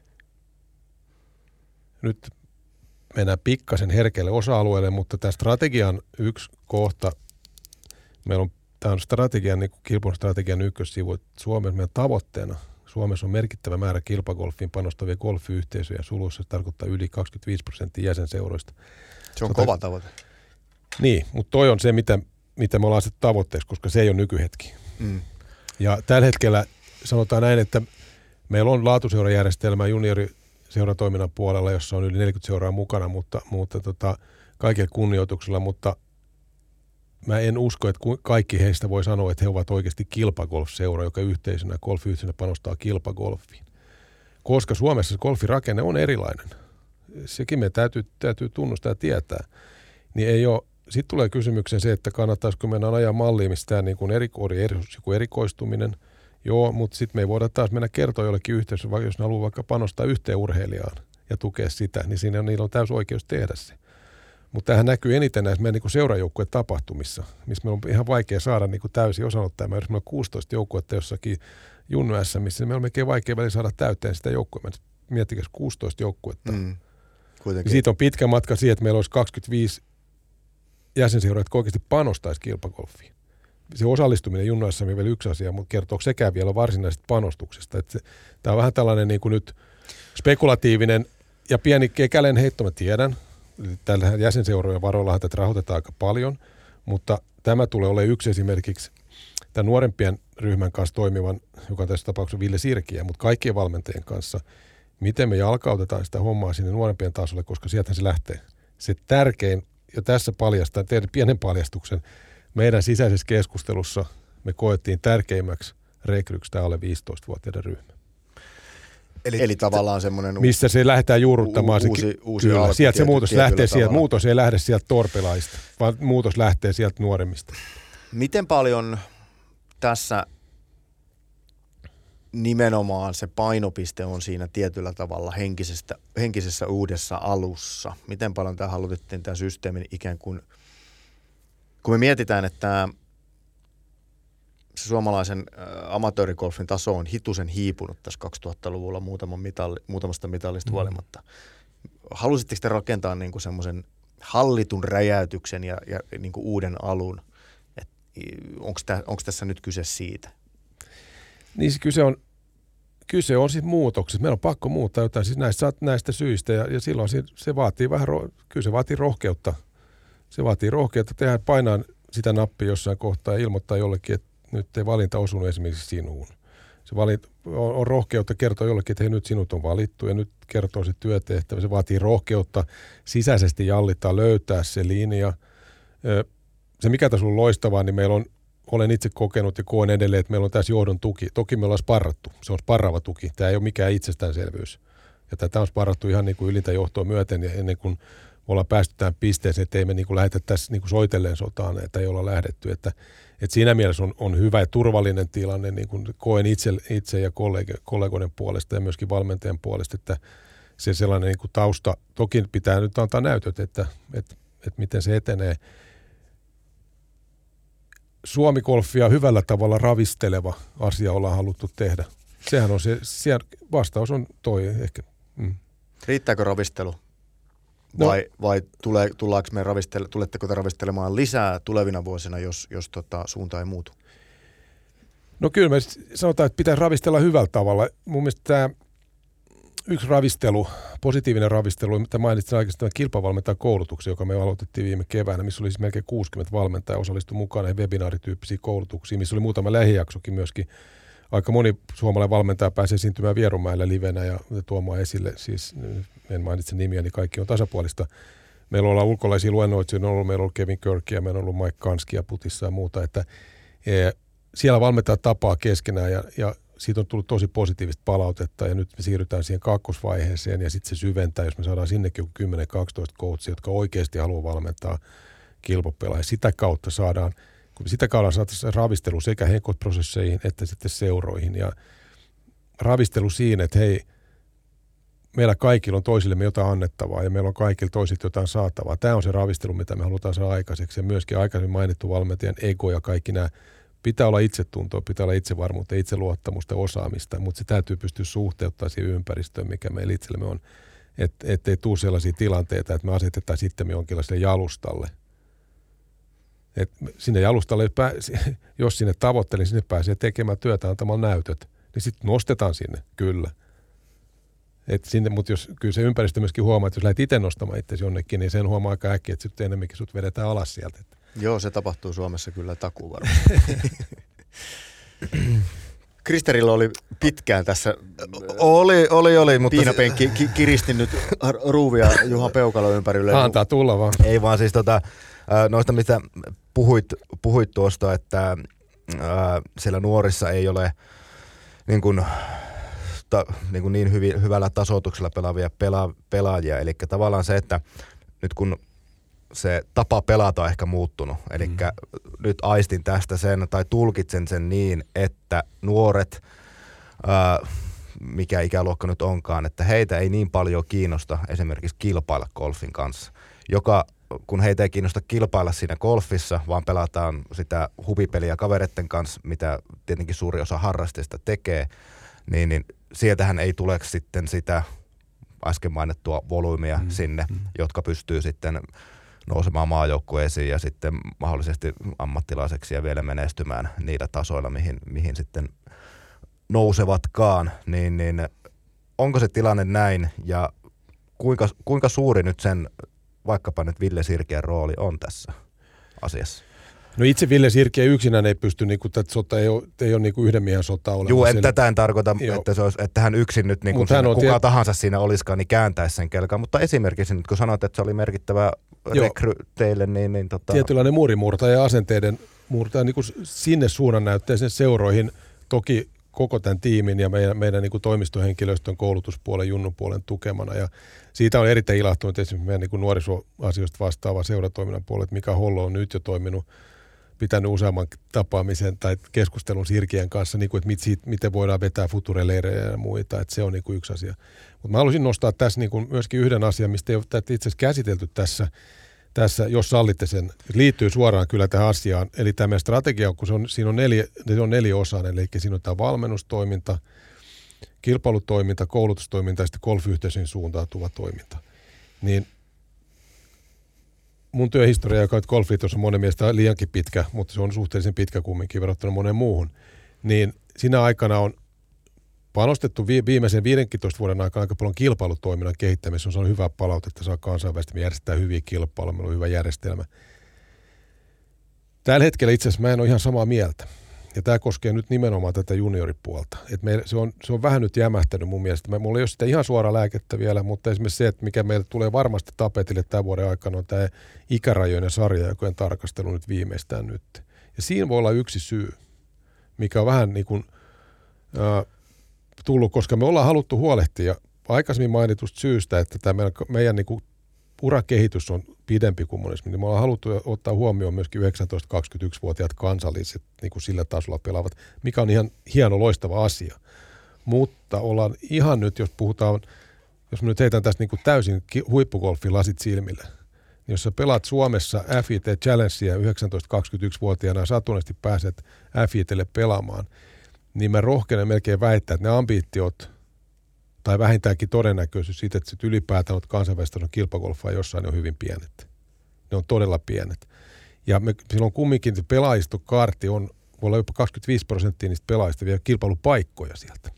nyt mennään pikkasen herkelle osa-alueelle, mutta tämä strategian yksi kohta, tämä on strategian, niin kuin kilpailun strategian ykkössivu, että Suomessa meidän tavoitteena, Suomessa on merkittävä määrä kilpagolfiin panostavia golfiyhteisöjä, suluissa se tarkoittaa yli 25% jäsenseuroista. Se on kova tavoite. Niin, mutta toi on se, mitä me ollaan asetettu tavoitteeksi, koska se ei ole nykyhetki. Ja tällä hetkellä sanotaan näin, että meillä on laatuseurajärjestelmä junioriseuratoiminnan puolella, jossa on yli 40 seuraa mukana, mutta kaikilla kunnioituksella, mutta mä en usko, että kaikki heistä voi sanoa, että he ovat oikeasti kilpagolf-seura, joka yhteisönä, golfiyhteisönä panostaa kilpagolfiin. Koska Suomessa se golfirakenne on erilainen. Sekin me täytyy tunnustaa ja tietää. Niin ei ole. Sitten tulee kysymykseen se, että kannattaisiko mennä ajaa malliin, mistä niin kuin joku erikoistuminen. Joo, mutta sitten me ei voida taas mennä kertoa jollekin yhteisölle, jos ne haluaa vaikka panostaa yhteen urheilijaan ja tukea sitä, niin niillä on täysi oikeus tehdä se. Mutta tämähän näkyy eniten näissä meidän niin seurajoukkueen tapahtumissa, missä meillä on ihan vaikea saada niin kuin täysin osanottaja. Meillä on 16 joukkuetta jossakin junnuässä, missä meillä on melkein vaikea väliin saada täyteen sitä joukkuetta. Miettikää 16 joukkuetta. Siitä on pitkä matka siihen, että meillä olisi 25 jäsenseuraa, jotka oikeasti panostaisi kilpagolfiin. Se osallistuminen junnuässä on vielä yksi asia, mutta kertooko sekään vielä varsinaisesta panostuksesta. Tämä on vähän tällainen niin kuin nyt spekulatiivinen ja pieni kekälen heitto, mä tiedän. Tällä jäsenseurojen varoillahan tätä rahoitetaan aika paljon, mutta tämä tulee olemaan yksi esimerkiksi tämän nuorempien ryhmän kanssa toimivan, joka on tässä tapauksessa Ville Sirkiä, mutta kaikkien valmentajien kanssa, miten me jalkautetaan sitä hommaa sinne nuorempien tasolle, koska sieltä se lähtee. Se tärkein, ja tässä paljastaa, teidän pienen paljastuksen, meidän sisäisessä keskustelussa me koettiin tärkeimmäksi rekryksi tämä alle 15-vuotiaiden ryhmä. Eli tavallaan semmoinen missä se lähdetään juurruttamaan. Uusi kyllä, sieltä se muutos lähtee sieltä. Muutos ei lähde sieltä torpelaista, vaan muutos lähtee sieltä nuoremmista. Miten paljon tässä nimenomaan se painopiste on siinä tietyllä tavalla henkisessä uudessa alussa? Miten paljon tämä halutettiin tämä systeemi ikään kuin, kun me mietitään, että se suomalaisen amatöörikolfin taso on hitusen hiipunut tässä 2000-luvulla muutamasta mitallista huolimatta. Halusitteko te rakentaa niin kuin semmoisen hallitun räjäytyksen ja niin kuin uuden alun? Onko tässä nyt kyse siitä? Niin kyse on sitten muutoksesta. Meillä on pakko muuttaa jotain siis näistä syistä ja silloin se vaatii vähän, kyllä se vaatii rohkeutta. Se vaatii rohkeutta tehdä painaa sitä nappia jossain kohtaa ja ilmoittaa jollekin, että nyt ei valinta osunut esimerkiksi sinuun. Se on rohkeutta kertoa jollekin, että hei, nyt sinut on valittu ja nyt kertoo se työtehtävä. Se vaatii rohkeutta sisäisesti jallittaa, löytää se linja. Se mikä tässä on loistavaa, niin meillä on, olen itse kokenut ja koen edelleen, että meillä on tässä johdon tuki. Toki me ollaan sparrattu. Se on sparrava tuki. Tämä ei ole mikään itsestäänselvyys. Ja tätä on sparrattu ihan niin kuin ylintä johtoa myöten ja ennen kuin me ollaan päästy tähän pisteeseen, että ei me niin kuin lähetä tässä niin kuin soitelleen sotaan, että ei olla lähdetty. Että siinä mielessä on hyvä ja turvallinen tilanne, niin kuin koen itse ja kollegoiden puolesta ja myöskin valmentajan puolesta, että se sellainen niin kuin tausta, toki pitää nyt antaa näytöt, että miten se etenee. Suomi-golfia hyvällä tavalla ravisteleva asia ollaan haluttu tehdä. Sehän on se, vastaus on toi ehkä. Riittääkö ravistelu? Vai tuletteko te ravistelemaan lisää tulevina vuosina, jos suunta ei muutu? No kyllä me sanotaan, että pitää ravistella hyvällä tavalla. Mun mielestä tämä yksi ravistelu, positiivinen ravistelu, mitä mainitsin aikaisemmin, kilpavalmentajan koulutuksen, joka me aloitettiin viime keväänä, missä oli siis melkein 60 valmentajaa osallistui mukana ja webinaarityyppisiä koulutuksia, missä oli muutama lähijaksokin myöskin. Aika moni suomalainen valmentaja pääsee esiintymään Vierumäellä livenä ja tuomaan esille, siis en mainitse nimiä, niin kaikki on tasapuolista. Meillä on ollut ulkolaisia luennoitsijoita, meillä on ollut Kevin Kirkia, meillä on ollut Mike Kanskia Putissa ja muuta, että siellä valmentajat tapaa keskenään ja siitä on tullut tosi positiivista palautetta ja nyt me siirrytään siihen kakkosvaiheeseen ja sitten se syventää, jos me saadaan sinnekin 10-12 coachia, jotka oikeasti haluaa valmentaa kilpapelaajia. Sitä kautta saadaan ravistelu sekä henkotprosesseihin että sitten seuroihin ja ravistelu siinä, että hei, meillä kaikilla on toisillemme jotain annettavaa ja meillä on kaikilla toisilta jotain saatavaa. Tämä on se ravistelu, mitä me halutaan saada aikaiseksi ja myöskin aikaisemmin mainittu valmentajan ego ja kaikki nämä. Pitää olla itsetuntoa, pitää olla itsevarmuutta, itseluottamusta, osaamista, mutta se täytyy pystyä suhteuttamaan siihen ympäristöön, mikä meillä itsellemme on. Ettei tule sellaisia tilanteita, että me asetetaan sitten jonkinlaiselle jalustalle. Et sinne jalustalle, jos sinne tavoittelee, niin sinne pääsee tekemään työtä antamalla näytöt, niin sitten nostetaan sinne, kyllä. Mutta jos kyllä se ympäristö myöskin huomaa, että jos lähdet itse nostamaan itsesi jonnekin, niin sen huomaa aika äkkiä, että sitten enemmänkin sut vedetään alas sieltä. Joo, se tapahtuu Suomessa kyllä takuu varmaan. Kristerillä oli pitkään tässä Oli, mutta piinapenkki kiristi nyt ruuvia Juha Peukalo ympärille. Antaa tulla vaan. Ei vaan siis noista, mistä puhuit tuosta, että siellä nuorissa ei ole niin hyvällä tasoituksella pelaavia pelaajia. Eli tavallaan se, että nyt kun se tapa pelata on ehkä muuttunut. Eli nyt aistin tästä sen tai tulkitsen sen niin, että nuoret, mikä ikäluokka nyt onkaan, että heitä ei niin paljon kiinnosta esimerkiksi kilpailla golfin kanssa. Kun heitä ei kiinnosta kilpailla siinä golfissa, vaan pelataan sitä hubipeliä kavereiden kanssa, mitä tietenkin suuri osa harrastajista tekee, niin sieltähän ei tule sitten sitä äsken mainittua volyymia sinne, jotka pystyy sitten nousemaan maajoukkueisiin ja sitten mahdollisesti ammattilaiseksi ja vielä menestymään niillä tasoilla, mihin sitten nousevatkaan, niin onko se tilanne näin ja kuinka suuri nyt sen vaikkapa nyt Ville Sirkiän rooli on tässä asiassa? No itse Ville Sirkiä yksinään ei pysty, niin kuin, että sota ei ole niin kuin yhden miehen sota olemassa. Joo, tätä en tarkoita, että hän yksin nyt, niin kuin kuka tahansa siinä olisikaan, niin kääntäisi sen kelkaan. Mutta esimerkiksi nyt kun sanoit, että se oli merkittävä rekry teille, niin tietynlainen muurimurtaja ja asenteiden murtaja niin kuin sinne suunnannäytteeseen seuroihin, toki koko tämän tiimin ja meidän niin kuin toimistohenkilöstön koulutuspuolen, junnupuolen tukemana. Ja siitä on erittäin ilahtunut esimerkiksi meidän niin kuin nuorisoasioista vastaava seuratoiminnan puolella, että Mika Hollo on nyt jo toiminut, pitänyt useamman tapaamisen tai keskustelun Sirkien kanssa, niin kuin, että miten voidaan vetää futureleirejä ja muita, että se on niin kuin yksi asia. Mutta mä haluaisin nostaa tässä niin kuin myöskin yhden asian, mistä ei ole itse asiassa käsitelty tässä, jos sallitte sen, liittyy suoraan kyllä tähän asiaan. Eli tämä meidän strategia, kun siinä on neliosainen, eli siinä on tämä valmennustoiminta, kilpailutoiminta, koulutustoiminta ja sitten golfyhteisöön suuntautuva toiminta. Niin mun työhistoria, joka on golfliitossa on monen mielestä liiankin pitkä, mutta se on suhteellisen pitkä kumminkin verrattuna moneen muuhun, niin siinä aikana on panostettu viimeisen 15 vuoden aikana aika paljon kilpailutoiminnan kehittämisessä. On saanut hyvää palautetta, saa kansainvälisesti, me järjestetään hyviä kilpailuja, meillä on hyvä järjestelmä. Tällä hetkellä itse asiassa mä en ole ihan samaa mieltä. Ja tämä koskee nyt nimenomaan tätä junioripuolta. Se on vähän nyt jämähtänyt mun mielestä. Mulla ei ole sitä ihan suora lääkettä vielä, mutta esimerkiksi se, että mikä meille tulee varmasti tapetille tämän vuoden aikana, on tämä ikärajojen ja sarjajakojen tarkastelu nyt viimeistään nyt. Ja siinä voi olla yksi syy, mikä on vähän niin kuin tullut, koska me ollaan haluttu huolehtia aikaisemmin mainitusta syystä, että tämä meidän niin kuin urakehitys on pidempi kuin monismi, niin me ollaan haluttu ottaa huomioon myöskin 19-21-vuotiaat kansalliset niin kuin sillä tasolla pelaavat, mikä on ihan hieno, loistava asia. Mutta ollaan ihan nyt, jos puhutaan, jos mä nyt heitän tästä niin kuin täysin huippugolfin lasit silmille, niin jos sä pelaat Suomessa FIT Challengea 19-21-vuotiaana ja satuneesti pääset FITlle pelaamaan, niin mä rohkenen melkein väittää, että ne ambitiot tai vähintäänkin todennäköisyys siitä, että sit ylipäätään olet kansainvälistä kilpagolfaa jossain, ne on hyvin pienet. Ne on todella pienet. Ja silloin kumminkin se pelaajistokaarti voi olla jopa 25% niistä pelaajista vielä kilpailupaikkoja sieltä.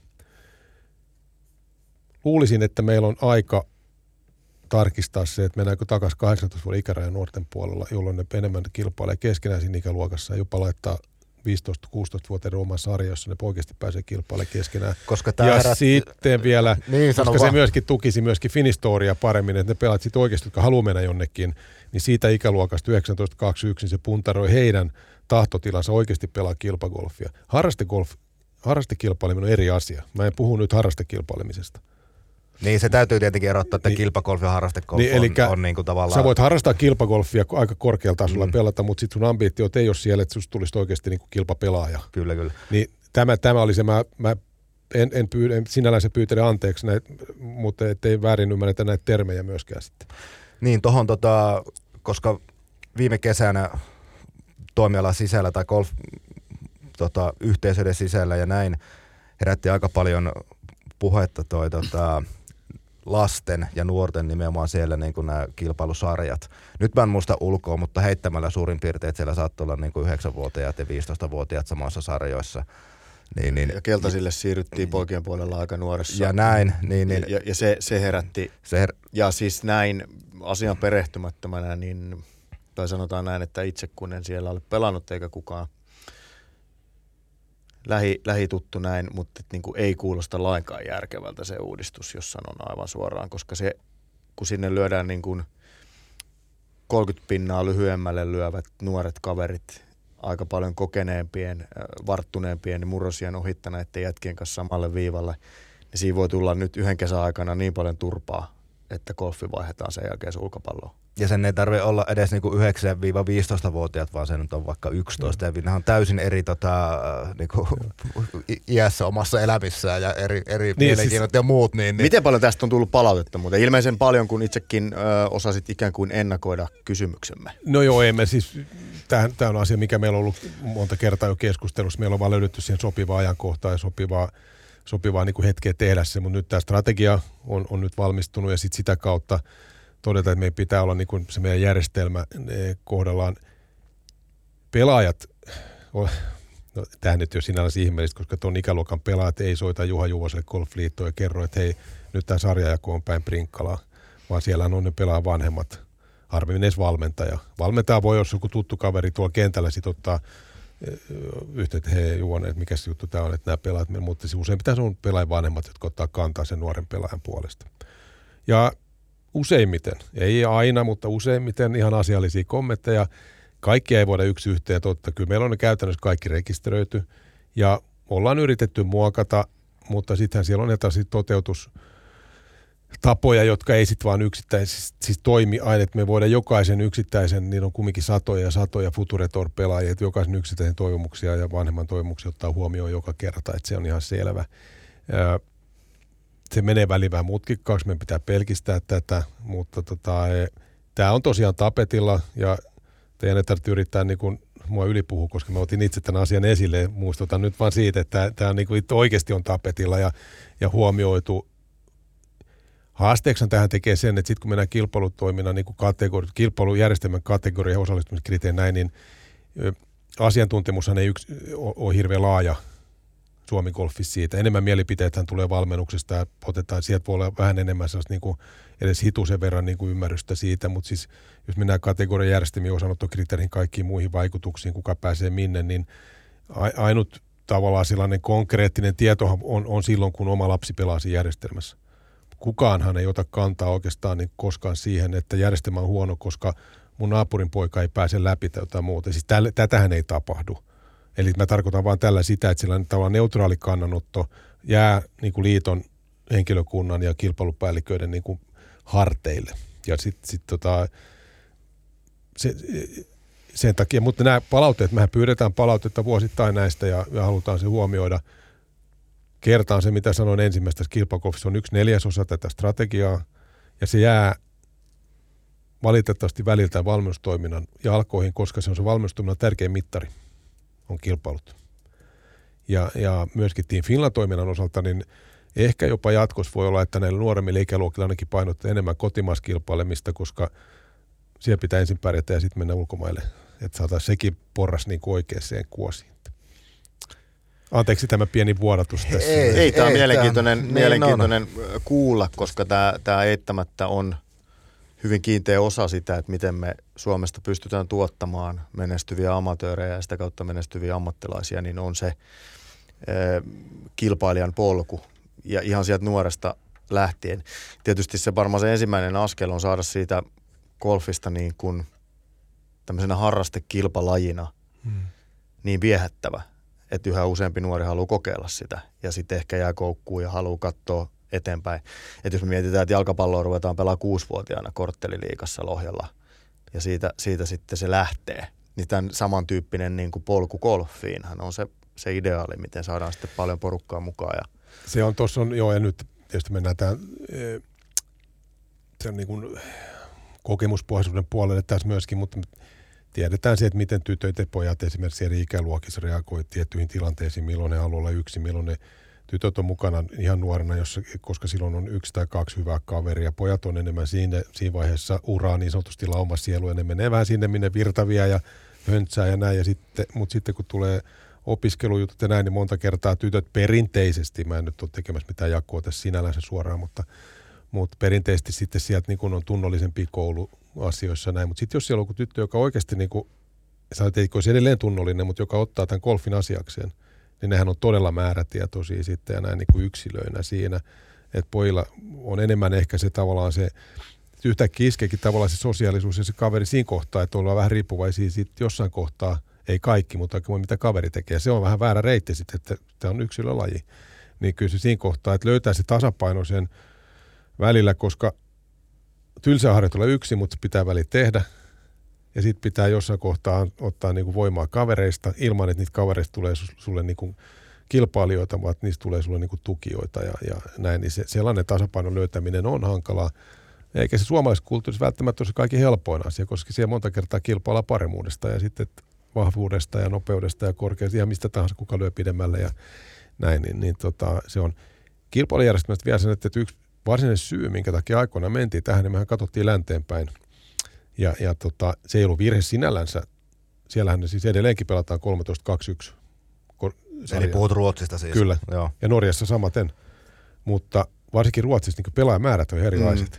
Luulisin, että meillä on aika tarkistaa se, että mennäänkö takaisin 18 vuoden ikärajan nuorten puolella, jolloin ne enemmän kilpailee keskenään siinä ikäluokassa ja jopa laittaa 15-16-vuotiaiden oman sarja, jossa ne oikeasti pääsee kilpailemaan keskenään. Ja sitten vielä, koska se myöskin tukisi myöskin Finistoria paremmin, että ne pelaat sitten oikeasti, jotka haluaa mennä jonnekin, niin siitä ikäluokasta 19-21 niin se puntaroi heidän tahtotilansa oikeasti pelaa kilpagolfia. Harrastekilpaileminen on eri asia. Mä en puhu nyt harrastekilpailemisesta. Niin, se täytyy tietenkin erottaa, että kilpagolfi ja harrastegolf on niin kuin tavallaan... Sä voit harrastaa kilpagolfia aika korkealla tasolla pelata, mutta sitten sun ambitiot ei ole siellä, että susta tulisi oikeasti niin kuin kilpapelaaja. Kyllä. Niin tämä oli se, mä en sinällään se pyytele anteeksi, mutta ettei väärin ymmärretä näitä termejä myöskään sitten. Niin, tohon koska viime kesänä toimialan sisällä tai golf yhteisöiden sisällä ja näin herätti aika paljon puhetta lasten ja nuorten nimenomaan siellä niin kuin nämä kilpailusarjat. Nyt mä en muista ulkoa, mutta heittämällä suurin piirtein, että siellä saattoi olla niin kuin 9-vuotiaat ja 15-vuotiaat samassa sarjoissa. Niin. Ja keltaisille siirryttiin poikien puolella aika nuoressa. Ja näin. Niin. Ja se herätti. Ja siis näin asian perehtymättömänä, niin, tai sanotaan näin, että itse kun en siellä ole pelannut eikä kukaan lähituttu näin, mutta niin kuin ei kuulosta lainkaan järkevältä se uudistus, jos sanon aivan suoraan, koska se, kun sinne lyödään niin kuin 30 pinnaa lyhyemmälle lyövät nuoret kaverit, aika paljon kokeneempien, varttuneempien ja murrosien ohittaneiden jätkien kanssa samalle viivalle, niin siinä voi tulla nyt yhden kesän aikana niin paljon turpaa, että golfi vaihdetaan sen jälkeen sulkapalloon. Ja sen ei tarvitse olla edes niinku 9-15-vuotiaat, vaan se nyt on vaikka 11. Ja nämä on täysin eri niinku, iässä omassa elämissään ja eri mielenkiinnot ja muut. Niin. Miten paljon tästä on tullut palautetta muuten? Ilmeisen paljon, kun itsekin osasit ikään kuin ennakoida kysymyksemme. No joo, emme siis. Tämä on asia, mikä meillä on ollut monta kertaa jo keskustelussa. Meillä on vaan löydetty siihen sopivaa ajankohtaa ja sopivaa niin kuin hetkeä tehdä se, mutta nyt tämä strategia on nyt valmistunut ja sitten sitä kautta todeta, että meidän pitää olla niin kuin se meidän järjestelmä kohdallaan. Pelaajat, no tämähän nyt ei ole sinänsä ihmeellistä, koska tuon ikäluokan pelaajat ei soita Juha Juvoselle golfliittoon ja kerro, että hei, nyt tämä sarjajako on päin Prinkkalaa, vaan siellä on ne pelaa vanhemmat harvemmin edes valmentaja. Valmentaja voi, jos joku tuttu kaveri tuolla kentällä sit ottaa yhteyttä, että hei Juone, että mikä se juttu tämä on, että nämä pelaat, mutta usein pitäisi olla pelaajan vanhemmat, jotka ottaa kantaa sen nuoren pelaajan puolesta. Ja useimmiten, ei aina, mutta useimmiten ihan asiallisia kommentteja. Kaikkia ei voida yksi yhteen totta. Kyllä meillä on ne käytännössä kaikki rekisteröity ja ollaan yritetty muokata, mutta sittenhän siellä on jotain toteutustapoja, jotka ei sitten vaan yksittäisesti siis toimi aina, että me voidaan jokaisen yksittäisen, niin on kumminkin satoja ja satoja Futuretor-pelaajia, että jokaisen yksittäisen toivomuksia ja vanhemman toivomuksia ottaa huomioon joka kerta, että se on ihan selvä. Se menee väliin vähän mutkikkaaksi, meidän pitää pelkistää tätä, mutta tämä on tosiaan tapetilla ja teidän ei tarvitse yrittää niin kuin mua ylipuhua, koska mä otin itse tämän asian esille. Muistutan nyt vaan siitä, että tämä niin kuin oikeasti on tapetilla ja huomioitu. Haasteeksi tähän tekee sen, että sitten kun mennään kilpailutoiminnan niin kilpailujärjestelmän kategoria ja osallistumiskriteeri näin, niin asiantuntemushan ei ole hirveän laaja Suomi Golfissa siitä. Enemmän mielipiteethän tulee valmennuksesta ja otetaan, sieltä voi olla vähän enemmän niin kuin edes hitusen verran niin kuin ymmärrystä siitä, mutta siis jos mennään kategorian järjestelmiin, osanottokriteerin kaikkiin muihin vaikutuksiin, kuka pääsee minne, niin ainut tavallaan sellainen konkreettinen tietohan on silloin, kun oma lapsi pelaa siinä järjestelmässä. Kukaanhan ei ota kantaa oikeastaan niin koskaan siihen, että järjestelmä on huono, koska mun naapurin poika ei pääse läpi tai jotain muuta. Siis tätähän ei tapahdu. Eli mä tarkoitan vaan tällä sitä, että sellainen tavallaan neutraali kannanotto jää niin kuin liiton henkilökunnan ja kilpailupäälliköiden niin kuin harteille. Ja sen takia, mutta nämä palautteet, mehän pyydetään palautetta vuosittain näistä ja halutaan se huomioida. Kertaan se, mitä sanoin ensimmäistä kilpakolfissa, on 1/4 tätä strategiaa ja se jää valitettavasti väliltä valmennustoiminnan jalkoihin, koska se on se valmennustoiminnan tärkein mittari, on kilpailut. Ja myöskin Team Finland-toiminnan osalta, niin ehkä jopa jatkossa voi olla, että näillä nuoremmilla ikäluokilla ainakin painottaa enemmän kotimaiskilpailemista, koska siellä pitää ensin pärjätä ja sitten mennä ulkomaille, että saataisiin sekin porras niin kuin oikeaan kuosiin. Anteeksi tämä pieni vuodatus tässä. Ei tämä on mielenkiintoinen kuulla, koska tämä eittämättä on hyvin kiinteä osa sitä, että miten me Suomesta pystytään tuottamaan menestyviä amatöörejä ja sitä kautta menestyviä ammattilaisia, niin on se kilpailijan polku ja ihan sieltä nuoresta lähtien. Tietysti se varmaan se ensimmäinen askel on saada siitä golfista niin kuin tämmöisenä harrastekilpalajina niin viehättävä, että yhä useampi nuori haluaa kokeilla sitä ja sitten ehkä jää koukkuun ja haluaa katsoa eteenpäin. Että jos me mietitään, että jalkapalloa ruvetaan pelaa 6-vuotiaana kortteliliigassa Lohjalla ja siitä sitten se lähtee, niin tämän samantyyppinen niin kuin polku golfiinhan on se ideaali, miten saadaan sitten paljon porukkaa mukaan. Ja se on tuossa ja nyt tietysti mennään tämän sen niin kuin kokemuspohjaisuuden puolelle tässä myöskin, mutta tiedetään se, että miten tytöt ja pojat esimerkiksi eri ikäluokissa reagoi tiettyihin tilanteisiin, milloin ne haluaa olla yksin, milloin ne tytöt on mukana ihan nuorena, koska silloin on 1 tai 2 hyvää kaveria. Pojat on enemmän siinä vaiheessa uraa niin sanotusti laumasielu, ja ne menee vähän sinne, minne virtavia ja höntsää ja näin. Mutta sitten kun tulee opiskelujutut ja näin, niin monta kertaa tytöt perinteisesti, mä en nyt ole tekemässä mitään jakoa tässä sinällänsä suoraan, mutta perinteisesti sitten sieltä niin kun on tunnollisempia kouluasioissa näin. Mutta sitten jos siellä on joku tyttö, joka oikeasti, niin kuin, sanoit, että olisi edelleen tunnollinen, mutta joka ottaa tämän golfin asiakseen, niin nehän on todella määrätietoisia sitten ja näin niin kuin yksilöinä siinä, että pojilla on enemmän ehkä se tavallaan se, yhtäkkiä iskeekin tavallaan se sosiaalisuus ja se kaveri siinä kohtaa, että ollaan vähän riippuvaisia siitä jossain kohtaa, ei kaikki, mutta mitä kaveri tekee. Se on vähän väärä reitti sitten, että tämä on yksilölaji. Niin kyllä se siinä kohtaa, että löytää se tasapaino sen välillä, koska tylsää harjoitella yksin, mutta se pitää väliin tehdä. Ja sitten pitää jossain kohtaa ottaa niinku voimaa kavereista ilman, että niitä kavereista tulee sulle niinku kilpailijoita, vaan niistä tulee sulle niinku tukijoita ja näin. Niin sellainen tasapainon löytäminen on hankalaa. Eikä se suomalaisessa kulttuurissa välttämättä ole se kaikki helpoin asia, koska siellä monta kertaa kilpaillaan paremmuudesta ja sitten vahvuudesta ja nopeudesta ja korkeasta, ihan mistä tahansa, kuka lyö pidemmälle ja näin. Se on kilpailujärjestelmästä vielä sen, että yksi varsinainen syy, minkä takia aikoinaan mentiin tähän, niin mehän katsottiin länteenpäin. Ja se ei ollut virhe sinällänsä. Siellähän siis edelleenkin pelataan 13-2-1. Eli puhut Ruotsista siis. Kyllä. Joo. Ja Norjassa samaten. Mutta varsinkin Ruotsissa niin pelaajamäärät on erilaiset.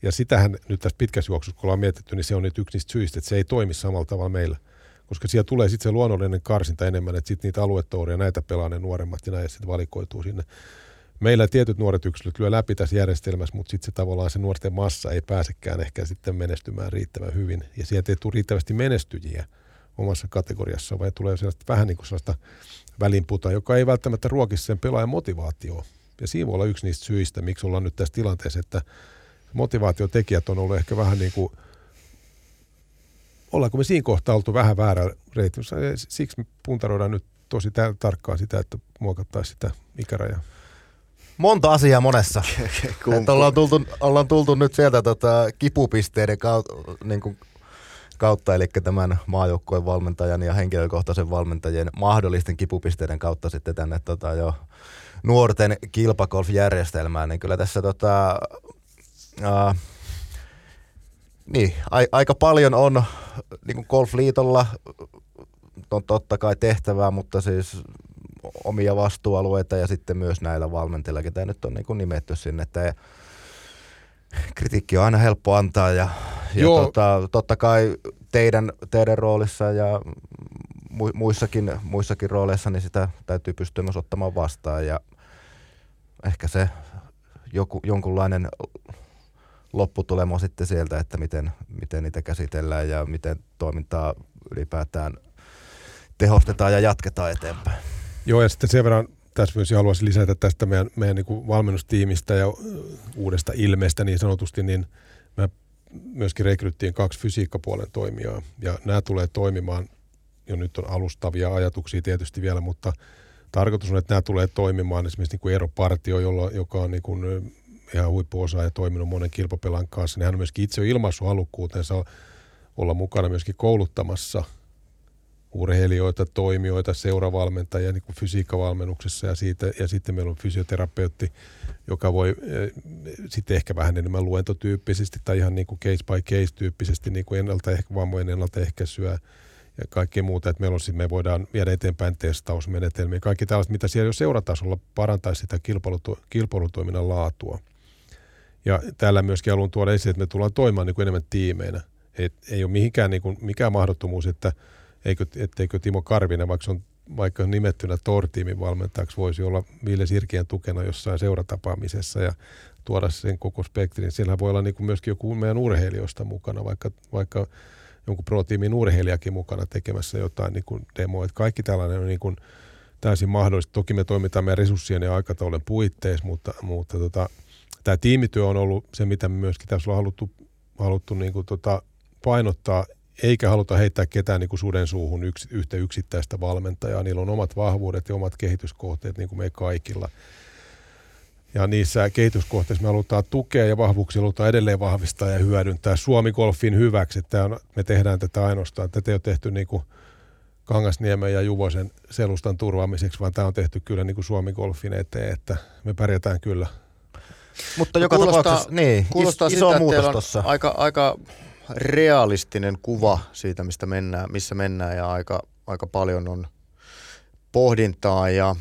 Ja sitähän nyt tässä pitkässä juoksussa, kun ollaan mietitty, niin se on nyt yksi niistä syistä, että se ei toimi samalla tavalla meillä. Koska siellä tulee sitten se luonnollinen karsinta enemmän, että sitten niitä aluetouria, näitä pelaa ne nuoremmat ja näin sitten valikoituu sinne. Meillä tietyt nuoret yksilöt lyö läpi tässä järjestelmässä, mutta sitten se tavallaan se nuorten massa ei pääsekään ehkä sitten menestymään riittävän hyvin. Ja sieltä ei tule riittävästi menestyjiä omassa kategoriassa, vai tulee vähän niin kuin sellaista välinputa, joka ei välttämättä ruokisi sen pelaajan motivaatioon. Ja siinä voi olla yksi niistä syistä, miksi ollaan nyt tässä tilanteessa, että motivaatiotekijät on ollut ehkä vähän niin kuin, ollaanko me siinä kohtaa oltu vähän väärä reitti. Siksi me puntaroidaan nyt tosi tarkkaan sitä, että muokattaisiin sitä ikärajaa. Monta asiaa monessa. ollaan tultu nyt sieltä kipupisteiden kautta, eli tämän maajoukkueen valmentajan ja henkilökohtaisen valmentajien mahdollisten kipupisteiden kautta sitten tänne jo nuorten kilpagolf-järjestelmään, niin kyllä tässä aika paljon on niin golfliitolla on totta kai tehtävää, mutta siis omia vastuualueita ja sitten myös näillä valmentajilla, ketä nyt on niin nimetty sinne, että kritiikki on aina helppo antaa ja totta kai teidän roolissa ja muissakin rooleissa, niin sitä täytyy pystyä myös ottamaan vastaan ja ehkä se jonkunlainen lopputulema sitten sieltä, että miten niitä käsitellään ja miten toimintaa ylipäätään tehostetaan ja jatketaan eteenpäin. Joo, ja sitten sen verran tässä myös haluaisin lisätä tästä meidän niin kuin valmennustiimistä ja uudesta ilmeestä niin sanotusti, niin me myöskin rekryttiin 2 fysiikkapuolen toimijaa, ja nämä tulee toimimaan, jo nyt on alustavia ajatuksia tietysti vielä, mutta tarkoitus on, että nämä tulee toimimaan esimerkiksi niin kuin Eero Partio, joka on niin kuin ihan huippuosaaja toiminut monen kilpapelan kanssa, niin hän on myöskin itse ilmaissut halukkuutensa olla mukana myöskin kouluttamassa urheilijoita, toimijoita, seuravalmentajia niin kuin fysiikkavalmennuksessa ja sitten meillä on fysioterapeutti, joka voi sitten ehkä vähän enemmän luentotyyppisesti tai ihan niin kuin case by case tyyppisesti niin kuin vammojen ennaltaehkäisyä ja kaikkea muuta, että me voidaan viedä eteenpäin testausmenetelmiä. Kaikki tällaiset, mitä siellä jo seuratasolla parantaisi sitä kilpailutoiminnan laatua. Ja täällä myöskin haluan tuoda esille, että me tullaan toimimaan niin kuin enemmän tiimeinä. Ei ole mikään mahdottomuus, etteikö Timo Karvinen, vaikka on nimettynä TOR-tiimin valmentajaksi, voisi olla Ville Sirkien tukena jossain seuratapaamisessa ja tuoda sen koko spektrin. Siellä voi olla niin kuin myöskin joku meidän urheilijoista mukana, vaikka jonkun pro-tiimin urheilijakin mukana tekemässä jotain niin kuin demoa. Että kaikki tällainen on niin kuin täysin mahdollista. Toki me toimitaan meidän resurssien ja aikataulun puitteissa, mutta tämä tiimityö on ollut se, mitä me myöskin tässä on haluttu niin kuin painottaa, eikä haluta heittää ketään niin kuin suden suuhun yhtä yksittäistä valmentajaa. Niillä on omat vahvuudet ja omat kehityskohteet, niin kuin me kaikilla. Ja niissä kehityskohteissa me halutaan tukea ja vahvuuksia halutaan edelleen vahvistaa ja hyödyntää Suomi-golfin hyväksi. Me tehdään tätä ainoastaan. Tätä ei ole tehty niin kuin Kangasniemen ja Juvosen selustan turvaamiseksi, vaan tämä on tehty kyllä niin kuin Suomi-golfin eteen, että me pärjätään kyllä. Mutta joka tapauksessa kuulostaa iso sitä, muutos että tuossa. Aika realistinen kuva siitä, missä mennään ja aika paljon on pohdintaa ja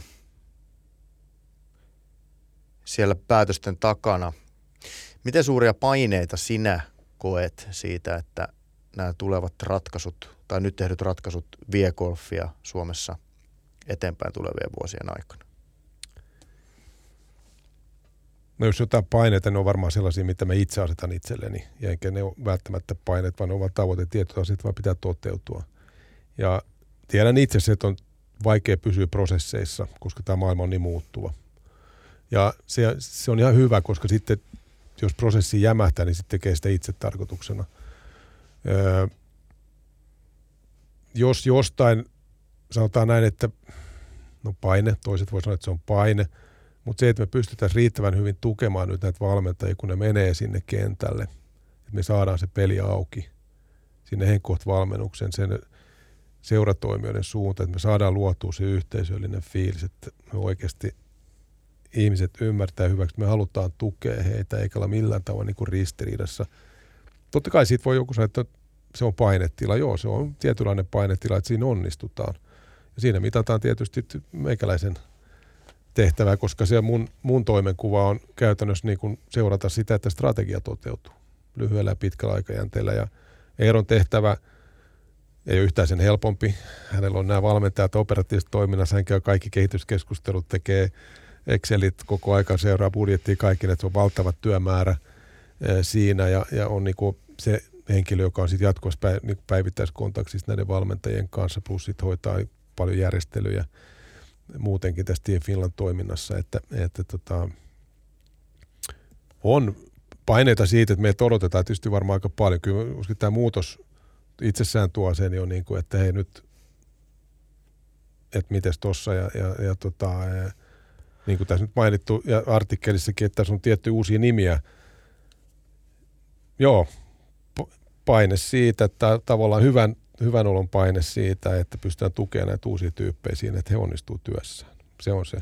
siellä päätösten takana. Miten suuria paineita sinä koet siitä, että nämä tulevat ratkaisut tai nyt tehdyt ratkaisut vie golfia Suomessa eteenpäin tulevien vuosien aikana? No jos jotain paineita, ne on varmaan sellaisia, mitä mä itse asetan itselleni. Ja eikä ne ole välttämättä paineet, vaan ne ovat tavoite. Tietyt asiat vaan pitää toteutua. Ja tiedän itse, että on vaikea pysyä prosesseissa, koska tämä maailma on niin muuttuva. Ja se on ihan hyvä, koska sitten jos prosessi jämähtää, niin sitten tekee sitä itse tarkoituksena. Jos jostain, sanotaan näin, että no paine, toiset voi sanoa, että se on paine, mutta se, että me pystytään riittävän hyvin tukemaan nyt näitä valmentajia, kun ne menee sinne kentälle, että me saadaan se peli auki sinne henkkoht-valmennuksen, sen seuratoimijoiden suuntaan, että me saadaan luotua se yhteisöllinen fiilis, että me oikeasti ihmiset ymmärtää hyväksi, että me halutaan tukea heitä, eikä olla millään tavalla niin kuin ristiriidassa. Totta kai siitä voi joku sanoa, että se on painetila. Joo, se on tietynlainen painetila, että siinä onnistutaan. Ja siinä mitataan tietysti meikäläisen tehtävää, koska se mun toimenkuva on käytännössä niin kuin seurata sitä, että strategia toteutuu. lyhyellä ja pitkällä aikajänteellä. Ja Eeron tehtävä ei ole yhtään sen helpompi. Hänellä on nämä valmentajat operatiivisessa toiminnassa. Hän käy kaikki kehityskeskustelut, tekee Excelit koko aika, seuraa budjettia kaikille. Se on valtava työmäärä siinä ja on niinku se henkilö, joka on sitten jatkuvasti niinku päivittäiskontaktissa näiden valmentajien kanssa, plus sitten hoitaa paljon järjestelyjä muutenkin tässä Team Finland toiminnassa, että on paineita siitä, että meiltä odotetaan tietysti varmaan aika paljon. Kyllä uskon, tämä muutos itsessään tuo sen jo, niin kuin, että hei nyt, että mites tossa ja niin kuin tässä nyt mainittu ja artikkelissakin, että tässä on tietty uusia nimiä. Joo, paine siitä, että tavallaan hyvän olon paine siitä, että pystytään tukemaan näitä uusia tyyppejä siinä, että he onnistuu työssään. Se on se.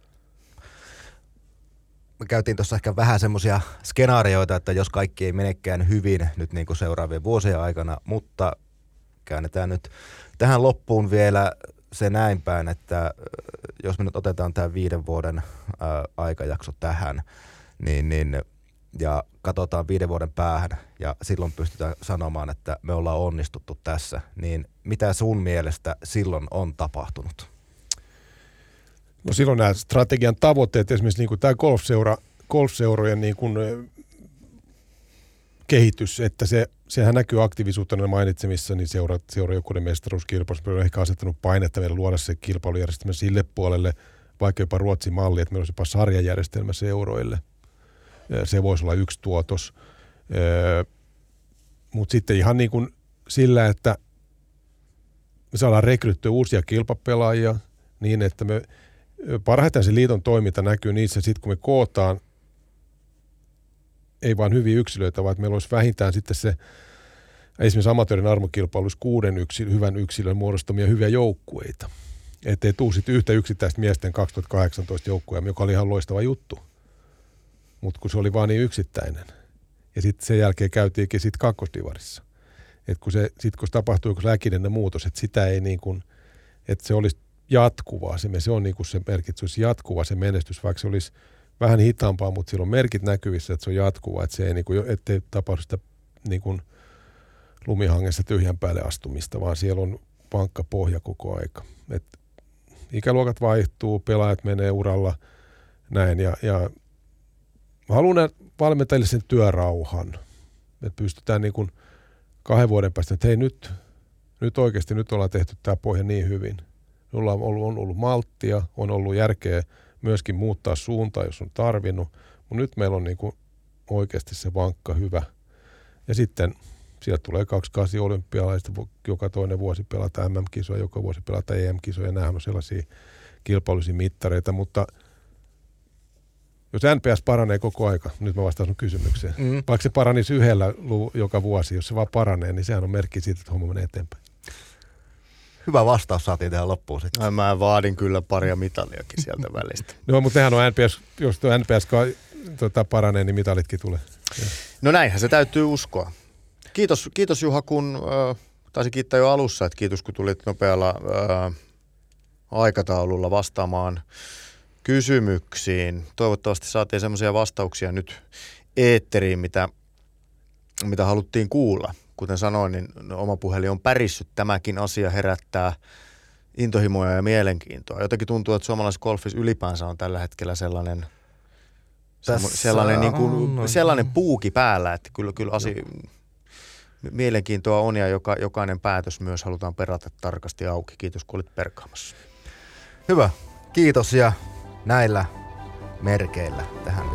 Me käytiin tuossa ehkä vähän semmoisia skenaarioita, että jos kaikki ei menekään hyvin nyt niin kuin seuraavien vuosien aikana, mutta käännetään nyt tähän loppuun vielä se näin päin, että jos me nyt otetaan tämä 5 vuoden aikajakso tähän, niin ja katsotaan 5 vuoden päähän ja silloin pystytään sanomaan, että me ollaan onnistuttu tässä, niin mitä sun mielestä silloin on tapahtunut? No silloin nämä strategian tavoitteet, esimerkiksi niin kuin tämä golfseurojen niin kuin kehitys, että sehän näkyy aktiivisuutena mainitsemissa, niin seurajoukkueiden mestaruuskilpailussa on ehkä asettanut painetta meidän luoda se kilpailujärjestelmä sille puolelle, vaikka jopa Ruotsin malli, että meillä olisi jopa sarjajärjestelmä seuroille. Se voisi olla yksi tuotos. Mutta sitten ihan niin kuin sillä, että me saadaan rekryttyä uusia kilpapelaajia niin, että me parhaiten se liiton toiminta näkyy niissä sitten, kun me kootaan ei vain hyviä yksilöitä, vaan että meillä olisi vähintään sitten se esimerkiksi amatöörin arvokilpailuissa 6 hyvän yksilön muodostamia hyviä joukkueita. Että ei tule sitten yhtä yksittäistä miesten 2018 joukkueja, joka oli ihan loistava juttu. Mutta kun se oli vaan niin yksittäinen. Ja sitten sen jälkeen käytiinkin sitten kakkosdivarissa. Että kun se tapahtuu joku äkillinen muutos, että sitä ei niin kuin, että se olisi jatkuvaa. Se on niin kuin se merkit, se olisi jatkuva se menestys, vaikka se olisi vähän hitaampaa, mutta sillä on merkit näkyvissä, että se on jatkuva, että se ei niin kuin, ettei tapahdu sitä niin kuin lumihangessa tyhjän päälle astumista, vaan siellä on vankka pohja koko aika. Et ikäluokat vaihtuu, pelaajat menee uralla näin ja haluan valmentajille sen työrauhan, että pystytään niin kuin 2 vuoden päästä, että hei nyt oikeasti nyt ollaan tehty tämä pohja niin hyvin. On ollut malttia, on ollut järkeä myöskin muuttaa suuntaa, jos on tarvinnut, mutta nyt meillä on niin kuin oikeasti se vankka hyvä. Ja sitten sieltä tulee 28 olympialaista, joka toinen vuosi pelata MM-kisoja, joka vuosi pelata EM-kisoja, nämähän on sellaisia kilpailullisia mittareita, mutta jos NPS paranee koko aika, nyt mä vastaan sun kysymykseen, vaikka se paranisi 1 joka vuosi, jos se vaan paranee, niin sehän on merkki siitä, että homma menee eteenpäin. Hyvä vastaus saatiin tähän loppuun sitten. Mä vaadin kyllä paria mitaliakin sieltä välistä. No, mutta nehän on NPS, jos tuo NPS paranee, niin mitalitkin tulee. No näinhän se täytyy uskoa. Kiitos Juha, kun taisi kiittää jo alussa, että kiitos kun tulit nopealla aikataululla vastaamaan kysymyksiin. Toivottavasti saatiin semmoisia vastauksia nyt eetteriin, mitä haluttiin kuulla. Kuten sanoin, niin oma puhelin on pärissyt. Tämäkin asia herättää intohimoja ja mielenkiintoa. Jotenkin tuntuu, että suomalaisessa golfissa ylipäänsä on tällä hetkellä sellainen puuki päällä, että kyllä mielenkiintoa on ja jokainen päätös myös halutaan perata tarkasti auki. Kiitos, kun olit perkaamassa. Hyvä. Kiitos ja näillä merkeillä tähän